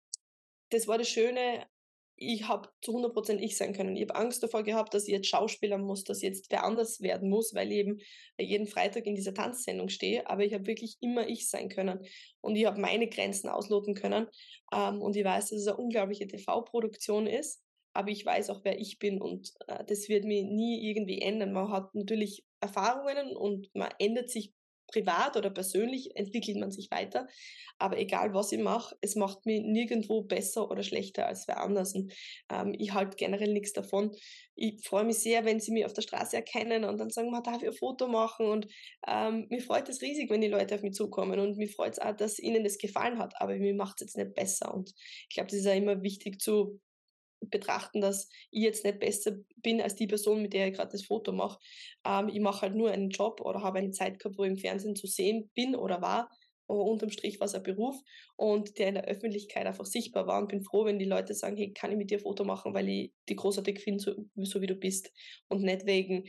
das war das Schöne, ich habe zu 100% ich sein können. Ich habe Angst davor gehabt, dass ich jetzt schauspielern muss, dass ich jetzt wer anders werden muss, weil ich eben jeden Freitag in dieser Tanzsendung stehe, aber ich habe wirklich immer ich sein können und ich habe meine Grenzen ausloten können, und ich weiß, dass es eine unglaubliche TV-Produktion ist, aber ich weiß auch, wer ich bin und das wird mich nie irgendwie ändern. Man hat natürlich Erfahrungen und man ändert sich privat oder persönlich, entwickelt man sich weiter, aber egal was ich mache, es macht mich nirgendwo besser oder schlechter als wer anders. Und, ich halte generell nichts davon. Ich freue mich sehr, wenn sie mich auf der Straße erkennen und dann sagen, man darf ich ein Foto machen. Und mich freut es riesig, wenn die Leute auf mich zukommen. Und mich freut es auch, dass ihnen das gefallen hat. Aber mir macht es jetzt nicht besser. Und ich glaube, das ist auch immer wichtig zu betrachten, dass ich jetzt nicht besser bin als die Person, mit der ich gerade das Foto mache. Ich mache halt nur einen Job oder habe eine Zeit gehabt, wo ich im Fernsehen zu sehen bin oder war. Aber unterm Strich war es ein Beruf und der in der Öffentlichkeit einfach sichtbar war und bin froh, wenn die Leute sagen, hey, kann ich mit dir ein Foto machen, weil ich dich großartig finde, so wie du bist und nicht wegen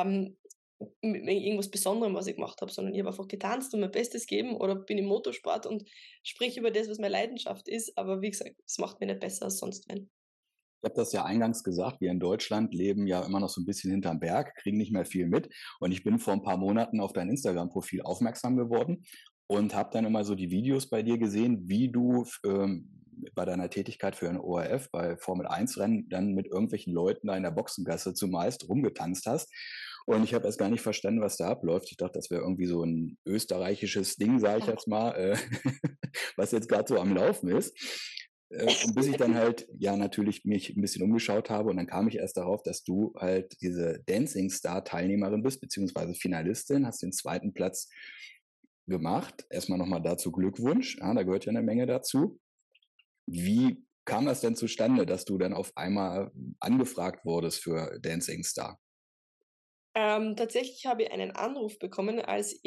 irgendwas Besonderem, was ich gemacht habe, sondern ich habe einfach getanzt und mein Bestes gegeben oder bin im Motorsport und sprich über das, was meine Leidenschaft ist, aber wie gesagt, es macht mich nicht besser als sonst wenn. Ich habe das ja eingangs gesagt, wir in Deutschland leben ja immer noch so ein bisschen hinterm Berg, kriegen nicht mehr viel mit. Und ich bin vor ein paar Monaten auf dein Instagram-Profil aufmerksam geworden und habe dann immer so die Videos bei dir gesehen, wie du bei deiner Tätigkeit für ein ORF, bei Formel-1-Rennen, dann mit irgendwelchen Leuten da in der Boxengasse zumeist rumgetanzt hast. Und ich habe erst gar nicht verstanden, was da abläuft. Ich dachte, das wäre irgendwie so ein österreichisches Ding, sage ich jetzt mal, was jetzt gerade so am Laufen ist. Und bis ich dann halt ja natürlich mich ein bisschen umgeschaut habe und dann kam ich erst darauf, dass du halt diese Dancing Star Teilnehmerin bist, beziehungsweise Finalistin, hast den 2. Platz gemacht. Erstmal nochmal dazu Glückwunsch, ja, da gehört ja eine Menge dazu. Wie kam das denn zustande, dass du dann auf einmal angefragt wurdest für Dancing Star? Tatsächlich habe ich einen Anruf bekommen,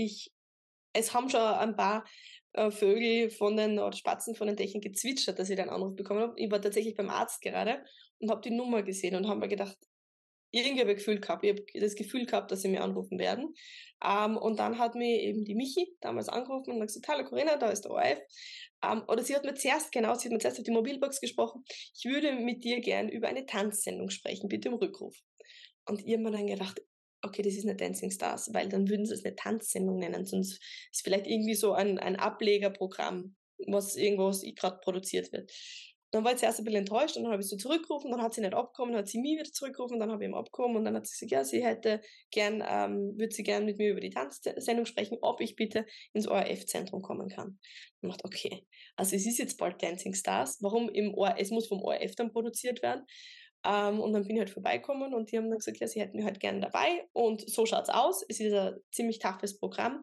es haben schon ein paar Vögel oder Spatzen von den Dächern gezwitschert, dass ich den Anruf bekommen habe. Ich war tatsächlich beim Arzt gerade und habe die Nummer gesehen und habe mir gedacht, irgendwie habe ich ich habe das Gefühl gehabt, dass sie mir anrufen werden. Und dann hat mir eben die Michi damals angerufen und hat gesagt, hallo Corinna, da ist der ORF. Oder sie hat mir zuerst auf die Mobilbox gesprochen, ich würde mit dir gern über eine Tanzsendung sprechen, bitte um Rückruf. Und ich habe mir dann gedacht, okay, das ist nicht Dancing Stars, weil dann würden sie es eine Tanzsendung nennen, sonst ist es vielleicht irgendwie so ein Ablegerprogramm, was irgendwas gerade produziert wird. Dann war ich zuerst ein bisschen enttäuscht und dann habe ich sie zurückgerufen, dann hat sie nicht abgekommen, dann hat sie mich wieder zurückgerufen, dann habe ich ihn abgekommen und dann hat sie gesagt, ja, sie würde sie gern mit mir über die Tanzsendung sprechen, ob ich bitte ins ORF-Zentrum kommen kann. Und dachte, okay, also es ist jetzt bald Dancing Stars, warum es muss vom ORF dann produziert werden. Und dann bin ich halt vorbeigekommen und die haben dann gesagt, ja, sie hätten mich halt gerne dabei und so schaut's aus. Es ist ein ziemlich toughes Programm,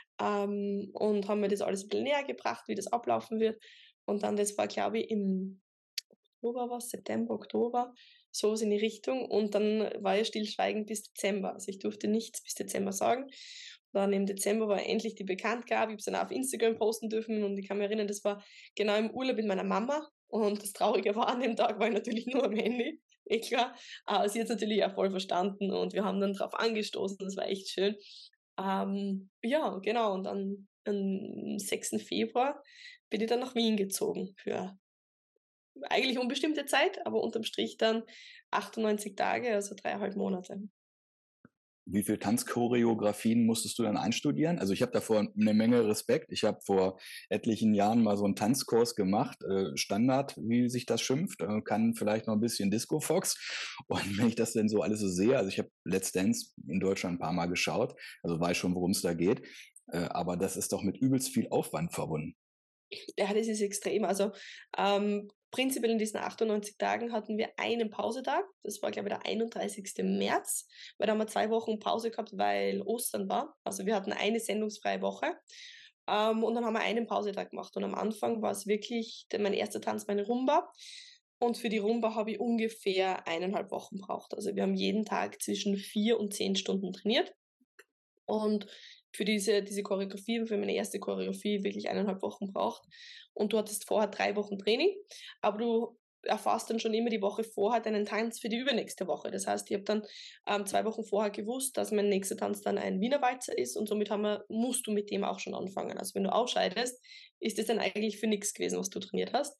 und haben mir das alles ein bisschen näher gebracht, wie das ablaufen wird. Und dann, das war, glaube ich, im September, Oktober, so in die Richtung. Und dann war ja stillschweigend bis Dezember. Also ich durfte nichts bis Dezember sagen. Dann im Dezember war endlich die Bekanntgabe. Ich habe es dann auch auf Instagram posten dürfen und ich kann mich erinnern, das war genau im Urlaub mit meiner Mama. Und das Traurige war, an dem Tag war ich natürlich nur am Handy. Klar. Aber sie hat es natürlich auch voll verstanden und wir haben dann drauf angestoßen. Das war echt schön. Ja, genau. Und dann am 6. Februar bin ich dann nach Wien gezogen für eigentlich unbestimmte Zeit, aber unterm Strich dann 98 Tage, also 3,5 Monate. Wie viel Tanzchoreografien musstest du dann einstudieren? Also ich habe davor eine Menge Respekt. Ich habe vor etlichen Jahren mal so einen Tanzkurs gemacht, Standard, wie sich das schimpft, kann vielleicht noch ein bisschen Disco Fox. Und wenn ich das denn so alles so sehe, also ich habe Let's Dance in Deutschland ein paar Mal geschaut, also weiß schon, worum es da geht. Aber das ist doch mit übelst viel Aufwand verbunden. Ja, das ist extrem. Also prinzipiell in diesen 98 Tagen hatten wir einen Pausetag. Das war, glaube ich, der 31. März, weil da haben wir 2 Wochen Pause gehabt, weil Ostern war. Also wir hatten eine sendungsfreie Woche. Und dann haben wir einen Pausetag gemacht. Und am Anfang war es wirklich mein erster Tanz, meine Rumba. Und für die Rumba habe ich ungefähr 1,5 Wochen gebraucht. Also wir haben jeden Tag zwischen 4 und 10 Stunden trainiert. Und für diese Choreografie, für meine erste Choreografie wirklich 1,5 Wochen braucht. Und du hattest vorher 3 Wochen Training, aber du erfasst dann schon immer die Woche vorher deinen Tanz für die übernächste Woche. Das heißt, ich habe dann 2 Wochen vorher gewusst, dass mein nächster Tanz dann ein Wiener Walzer ist und somit musst du mit dem auch schon anfangen. Also wenn du ausscheidest, ist das dann eigentlich für nichts gewesen, was du trainiert hast.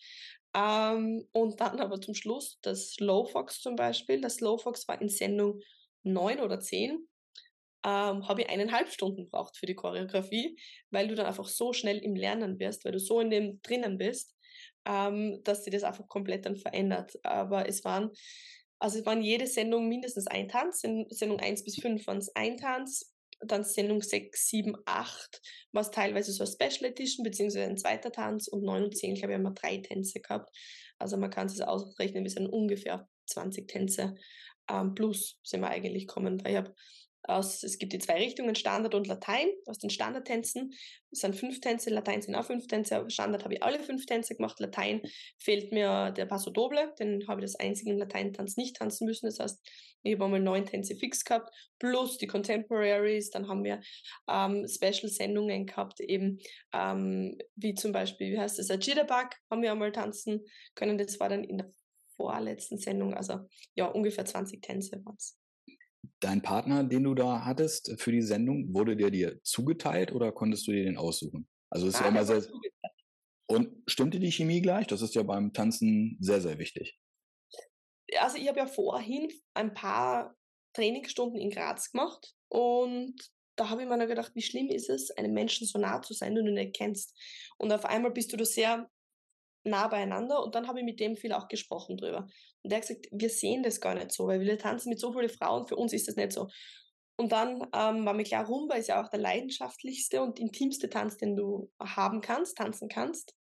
Und dann aber zum Schluss das Slow Fox zum Beispiel. Das Slow Fox war in Sendung 9 oder 10. Habe ich 1,5 Stunden gebraucht für die Choreografie, weil du dann einfach so schnell im Lernen bist, weil du so in dem drinnen bist, dass sich das einfach komplett dann verändert. Aber es waren jede Sendung mindestens ein Tanz. In Sendung 1 bis 5 waren es ein Tanz, dann Sendung 6, 7, 8 war es teilweise so eine Special Edition, beziehungsweise ein zweiter Tanz, und 9 und 10, glaube ich, haben wir 3 Tänze gehabt. Also man kann es ausrechnen, wir sind ungefähr 20 Tänze plus sind wir eigentlich gekommen, weil ich habe es gibt die 2 Richtungen, Standard und Latein. Aus den Standardtänzen sind 5 Tänze, Latein sind auch 5 Tänze. Standard habe ich alle 5 Tänze gemacht. Latein fehlt mir der Passo Doble, den habe ich das einzige im Lateintanz nicht tanzen müssen. Das heißt, ich habe einmal 9 Tänze fix gehabt, plus die Contemporaries. Dann haben wir Special-Sendungen gehabt, eben wie zum Beispiel, wie heißt das, Jitterbug haben wir einmal tanzen können. Das war dann in der vorletzten Sendung, also ja, ungefähr 20 Tänze waren es. Dein Partner, den du da hattest für die Sendung, wurde der dir zugeteilt oder konntest du dir den aussuchen? Also es ist ja immer sehr. Und stimmte die Chemie gleich? Das ist ja beim Tanzen sehr, sehr wichtig. Also ich habe ja vorhin ein paar Trainingsstunden in Graz gemacht und da habe ich mir dann gedacht, wie schlimm ist es, einem Menschen so nah zu sein, den du nicht kennst. Und auf einmal bist du da sehr nah beieinander, und dann habe ich mit dem viel auch gesprochen drüber. Und der hat gesagt, wir sehen das gar nicht so, weil wir tanzen mit so vielen Frauen, für uns ist das nicht so. Und dann war mir klar, Rumba ist ja auch der leidenschaftlichste und intimste Tanz, den du tanzen kannst.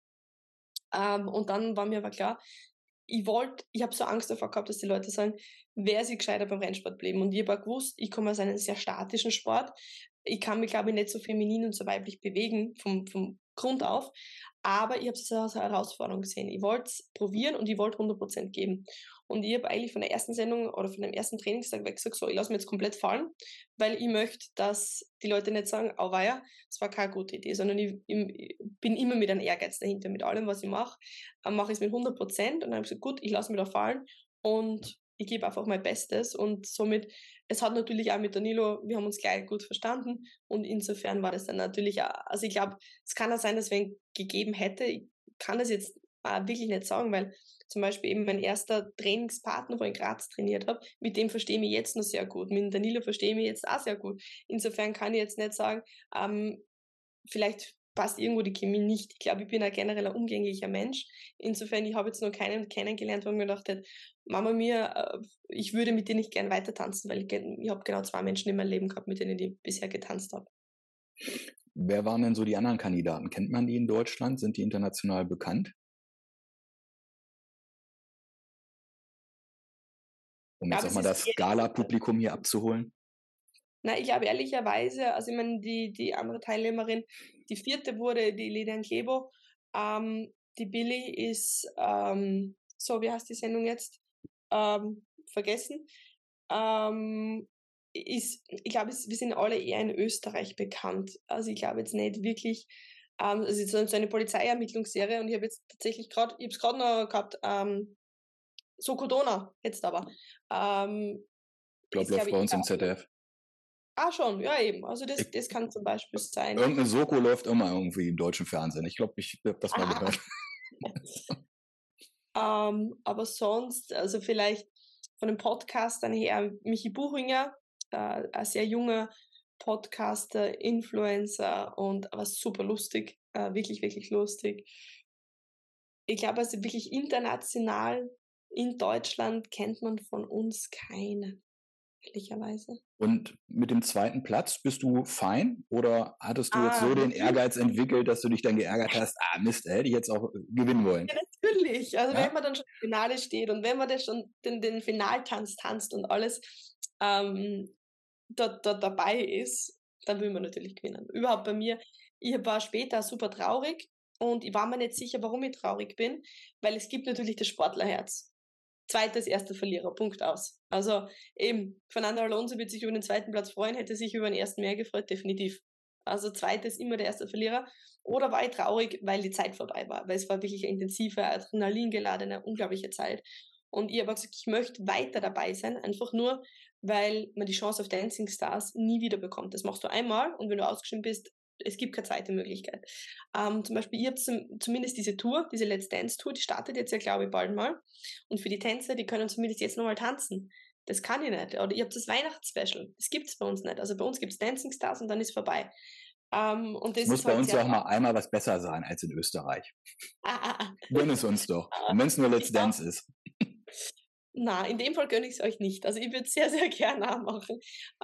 Und dann war mir aber klar, ich habe so Angst davor gehabt, dass die Leute sagen, wer sich gescheiter beim Rennsport bleiben. Und ich habe auch gewusst, ich komme aus einem sehr statischen Sport. Ich kann mich, glaube ich, nicht so feminin und so weiblich bewegen vom Grund auf. Aber ich habe es als Herausforderung gesehen. Ich wollte es probieren und ich wollte 100% geben. Und ich habe eigentlich von der ersten Sendung oder von dem ersten Trainingstag weg gesagt, so, ich lasse mich jetzt komplett fallen, weil ich möchte, dass die Leute nicht sagen, auweia, das war keine gute Idee, sondern ich bin immer mit einem Ehrgeiz dahinter. Mit allem, was ich mache ich es mit 100%. Und dann habe ich gesagt, gut, ich lasse mich da fallen und ich gebe einfach mein Bestes. Und somit, es hat natürlich auch mit Danilo, wir haben uns gleich gut verstanden, und insofern war das dann natürlich auch, also ich glaube, es kann auch sein, dass wenn gegeben hätte, ich kann das jetzt wirklich nicht sagen, weil zum Beispiel eben mein erster Trainingspartner, wo ich in Graz trainiert habe, mit dem verstehe ich mich jetzt noch sehr gut. Mit Danilo verstehe ich mich jetzt auch sehr gut. Insofern kann ich jetzt nicht sagen, vielleicht passt irgendwo die Chemie nicht. Ich glaube, ich bin ein generell ein umgänglicher Mensch. Insofern, ich habe jetzt noch keinen kennengelernt, wo ich mir gedacht hätte, Mama mir, ich würde mit dir nicht gern weiter tanzen, weil ich habe genau 2 Menschen in meinem Leben gehabt, mit denen ich bisher getanzt habe. Wer waren denn so die anderen Kandidaten? Kennt man die in Deutschland? Sind die international bekannt? Um jetzt auch mal das Gala-Publikum hier abzuholen. Na, ich glaube ehrlicherweise, also ich meine, die andere Teilnehmerin, die 4. wurde die Lilian Klebo. Die Billy ist, so, wie heißt die Sendung jetzt? Vergessen. Ich glaube, wir sind alle eher in Österreich bekannt. Also ich glaube jetzt nicht wirklich, es ist so eine Polizeiermittlungsserie, und ich habe jetzt tatsächlich ich habe es gerade noch gehabt, Sokodona jetzt aber. Ich glaube, läuft bei uns im ZDF. Ah, schon, ja eben. Also das kann zum Beispiel sein. Irgendeine Soko läuft immer irgendwie im deutschen Fernsehen. Ich glaube, ich habe das mal gehört. Aber sonst, also vielleicht von den Podcastern her, Michi Buchinger ein sehr junger Podcaster, Influencer und aber super lustig, wirklich, wirklich lustig. Ich glaube, also wirklich international in Deutschland kennt man von uns keine, ehrlicherweise. Und mit dem zweiten Platz bist du fein oder hattest du jetzt so den Natürlich. Ehrgeiz entwickelt, dass du dich dann geärgert hast, Mist, da hätte ich jetzt auch gewinnen wollen? Ja, natürlich. Also wenn Ja? man dann schon im Finale steht und wenn man das schon den Finaltanz tanzt und alles ähm, dabei ist, dann will man natürlich gewinnen. Überhaupt bei mir, ich war später super traurig und ich war mir nicht sicher, warum ich traurig bin, weil es gibt natürlich das Sportlerherz. Zweiter ist erster Verlierer, Punkt aus. Also eben, Fernando Alonso wird sich über den zweiten Platz freuen, hätte sich über den ersten mehr gefreut, definitiv. Also zweiter ist immer der erste Verlierer. Oder war ich traurig, weil die Zeit vorbei war, weil es war wirklich eine intensive, adrenalingeladene, unglaubliche Zeit. Und ich habe gesagt, ich möchte weiter dabei sein, einfach nur, weil man die Chance auf Dancing Stars nie wieder bekommt. Das machst du einmal und wenn du ausgeschieden bist, es gibt keine zweite Möglichkeit. Zum Beispiel, ihr habt zumindest diese Tour, diese Let's Dance Tour, die startet jetzt ja, glaube ich, bald mal. Und für die Tänzer, die können zumindest jetzt nochmal tanzen. Das kann ich nicht. Oder ihr habt das Weihnachtsspecial. Das gibt es bei uns nicht. Also bei uns gibt es Dancing Stars und dann ist vorbei. Und Es das muss ist bei halt uns sehr ja auch mal traurig. einmal was besser sein als in Österreich. Ah, Gönn es uns doch. Und wenn es nur Let's ich darf, Dance ist. na, in dem Fall gönne ich es euch nicht. Also ich würde es sehr, sehr gerne machen.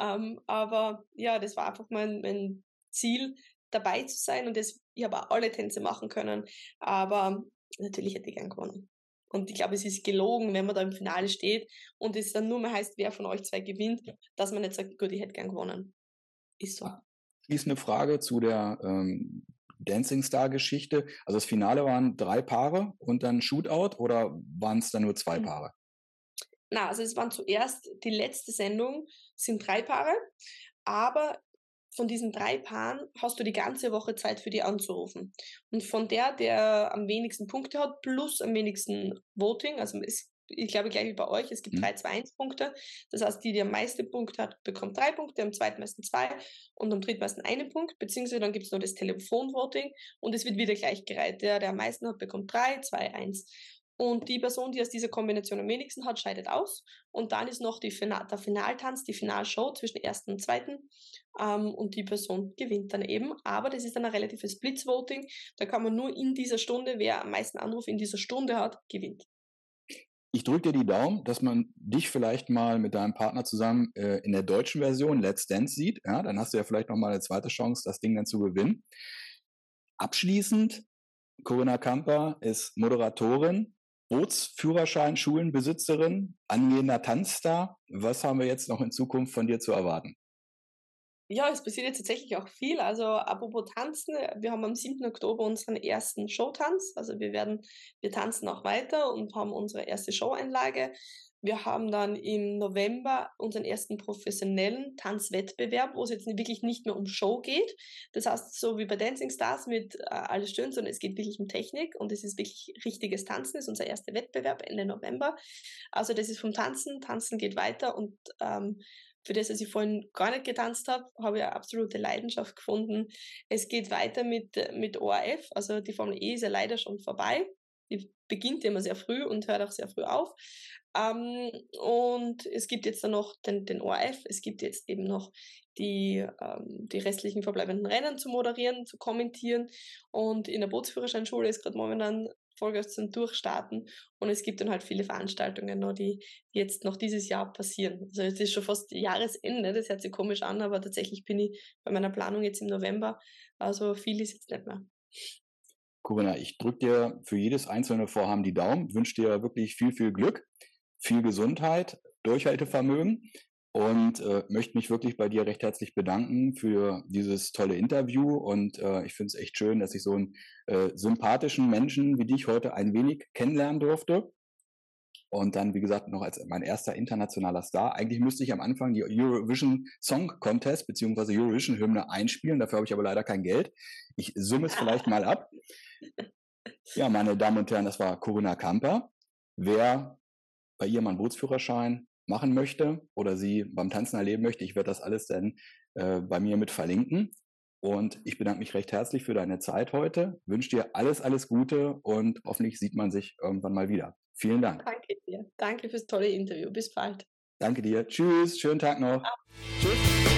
Aber ja, das war einfach mein Ziel, dabei zu sein. Und ich habe auch alle Tänze machen können. Aber natürlich hätte ich gern gewonnen. Und ich glaube, es ist gelogen, wenn man da im Finale steht und es dann nur mehr heißt, wer von euch zwei gewinnt, dass man nicht sagt, gut, ich hätte gern gewonnen. Ist so. Schließende Frage zu der Dancing Star Geschichte. Also das Finale waren 3 Paare und dann Shootout oder waren es dann nur 2 Mhm. Paare? Na, also es waren zuerst, die letzte Sendung sind 3 Paare, aber von diesen 3 Paaren hast du die ganze Woche Zeit für die anzurufen. Und von der am wenigsten Punkte hat, plus am wenigsten Voting, also ich glaube gleich wie bei euch, es gibt Hm? 3-2-1-Punkte. Das heißt, die am meisten Punkte hat, bekommt 3 Punkte, am zweitmeisten 2 und am drittmeisten 1 Punkt, beziehungsweise dann gibt es noch das Telefonvoting und es wird wieder gleich gereiht. Der am meisten hat, bekommt 3, 2, 1. Und die Person, die aus dieser Kombination am wenigsten hat, scheidet aus. Und dann ist noch der Finaltanz, die Finalshow zwischen ersten und zweiten. Und die Person gewinnt dann eben. Aber das ist dann ein relatives Blitzvoting. Da kann man nur in dieser Stunde, wer am meisten Anrufe in dieser Stunde hat, gewinnt. Ich drücke dir die Daumen, dass man dich vielleicht mal mit deinem Partner zusammen in der deutschen Version Let's Dance sieht. Ja, dann hast du ja vielleicht noch mal eine zweite Chance, das Ding dann zu gewinnen. Abschließend, Corinna Kamper ist Moderatorin, Bootsführerschein, Schulenbesitzerin, angehender Tanzstar. Was haben wir jetzt noch in Zukunft von dir zu erwarten? Ja, es passiert jetzt tatsächlich auch viel. Also apropos Tanzen, wir haben am 7. Oktober unseren ersten Showtanz. Also wir tanzen auch weiter und haben unsere erste Showeinlage. Wir haben dann im November unseren ersten professionellen Tanzwettbewerb, wo es jetzt wirklich nicht mehr um Show geht. Das heißt, so wie bei Dancing Stars mit alles schön, sondern es geht wirklich um Technik und es ist wirklich richtiges Tanzen, das ist unser erster Wettbewerb Ende November. Also das ist vom Tanzen. Tanzen geht weiter und für das, dass ich vorhin gar nicht getanzt habe, habe ich eine absolute Leidenschaft gefunden. Es geht weiter mit ORF, also die Formel E ist ja leider schon vorbei. Die beginnt ja immer sehr früh und hört auch sehr früh auf. Und es gibt jetzt dann noch den ORF, es gibt jetzt eben noch die restlichen verbleibenden Rennen zu moderieren, zu kommentieren. Und in der Bootsführerscheinschule ist gerade momentan Vollgas zum Durchstarten. Und es gibt dann halt viele Veranstaltungen noch, die jetzt noch dieses Jahr passieren. Also es ist schon fast Jahresende, das hört sich komisch an, aber tatsächlich bin ich bei meiner Planung jetzt im November. Also viel ist jetzt nicht mehr. Corinna, ich drücke dir für jedes einzelne Vorhaben die Daumen, wünsche dir wirklich viel, viel Glück, viel Gesundheit, Durchhaltevermögen und möchte mich wirklich bei dir recht herzlich bedanken für dieses tolle Interview. Und ich finde es echt schön, dass ich so einen sympathischen Menschen wie dich heute ein wenig kennenlernen durfte. Und dann, wie gesagt, noch als mein erster internationaler Star. Eigentlich müsste ich am Anfang die Eurovision Song Contest bzw. Eurovision Hymne einspielen. Dafür habe ich aber leider kein Geld. Ich summe es vielleicht mal ab. Ja, meine Damen und Herren, das war Corinna Kamper. Wer bei ihr mal einen Bootsführerschein machen möchte oder sie beim Tanzen erleben möchte, ich werde das alles dann bei mir mit verlinken. Und ich bedanke mich recht herzlich für deine Zeit heute. Wünsche dir alles, alles Gute und hoffentlich sieht man sich irgendwann mal wieder. Vielen Dank. Danke dir. Danke fürs tolle Interview. Bis bald. Danke dir. Tschüss, schönen Tag noch. Tschüss.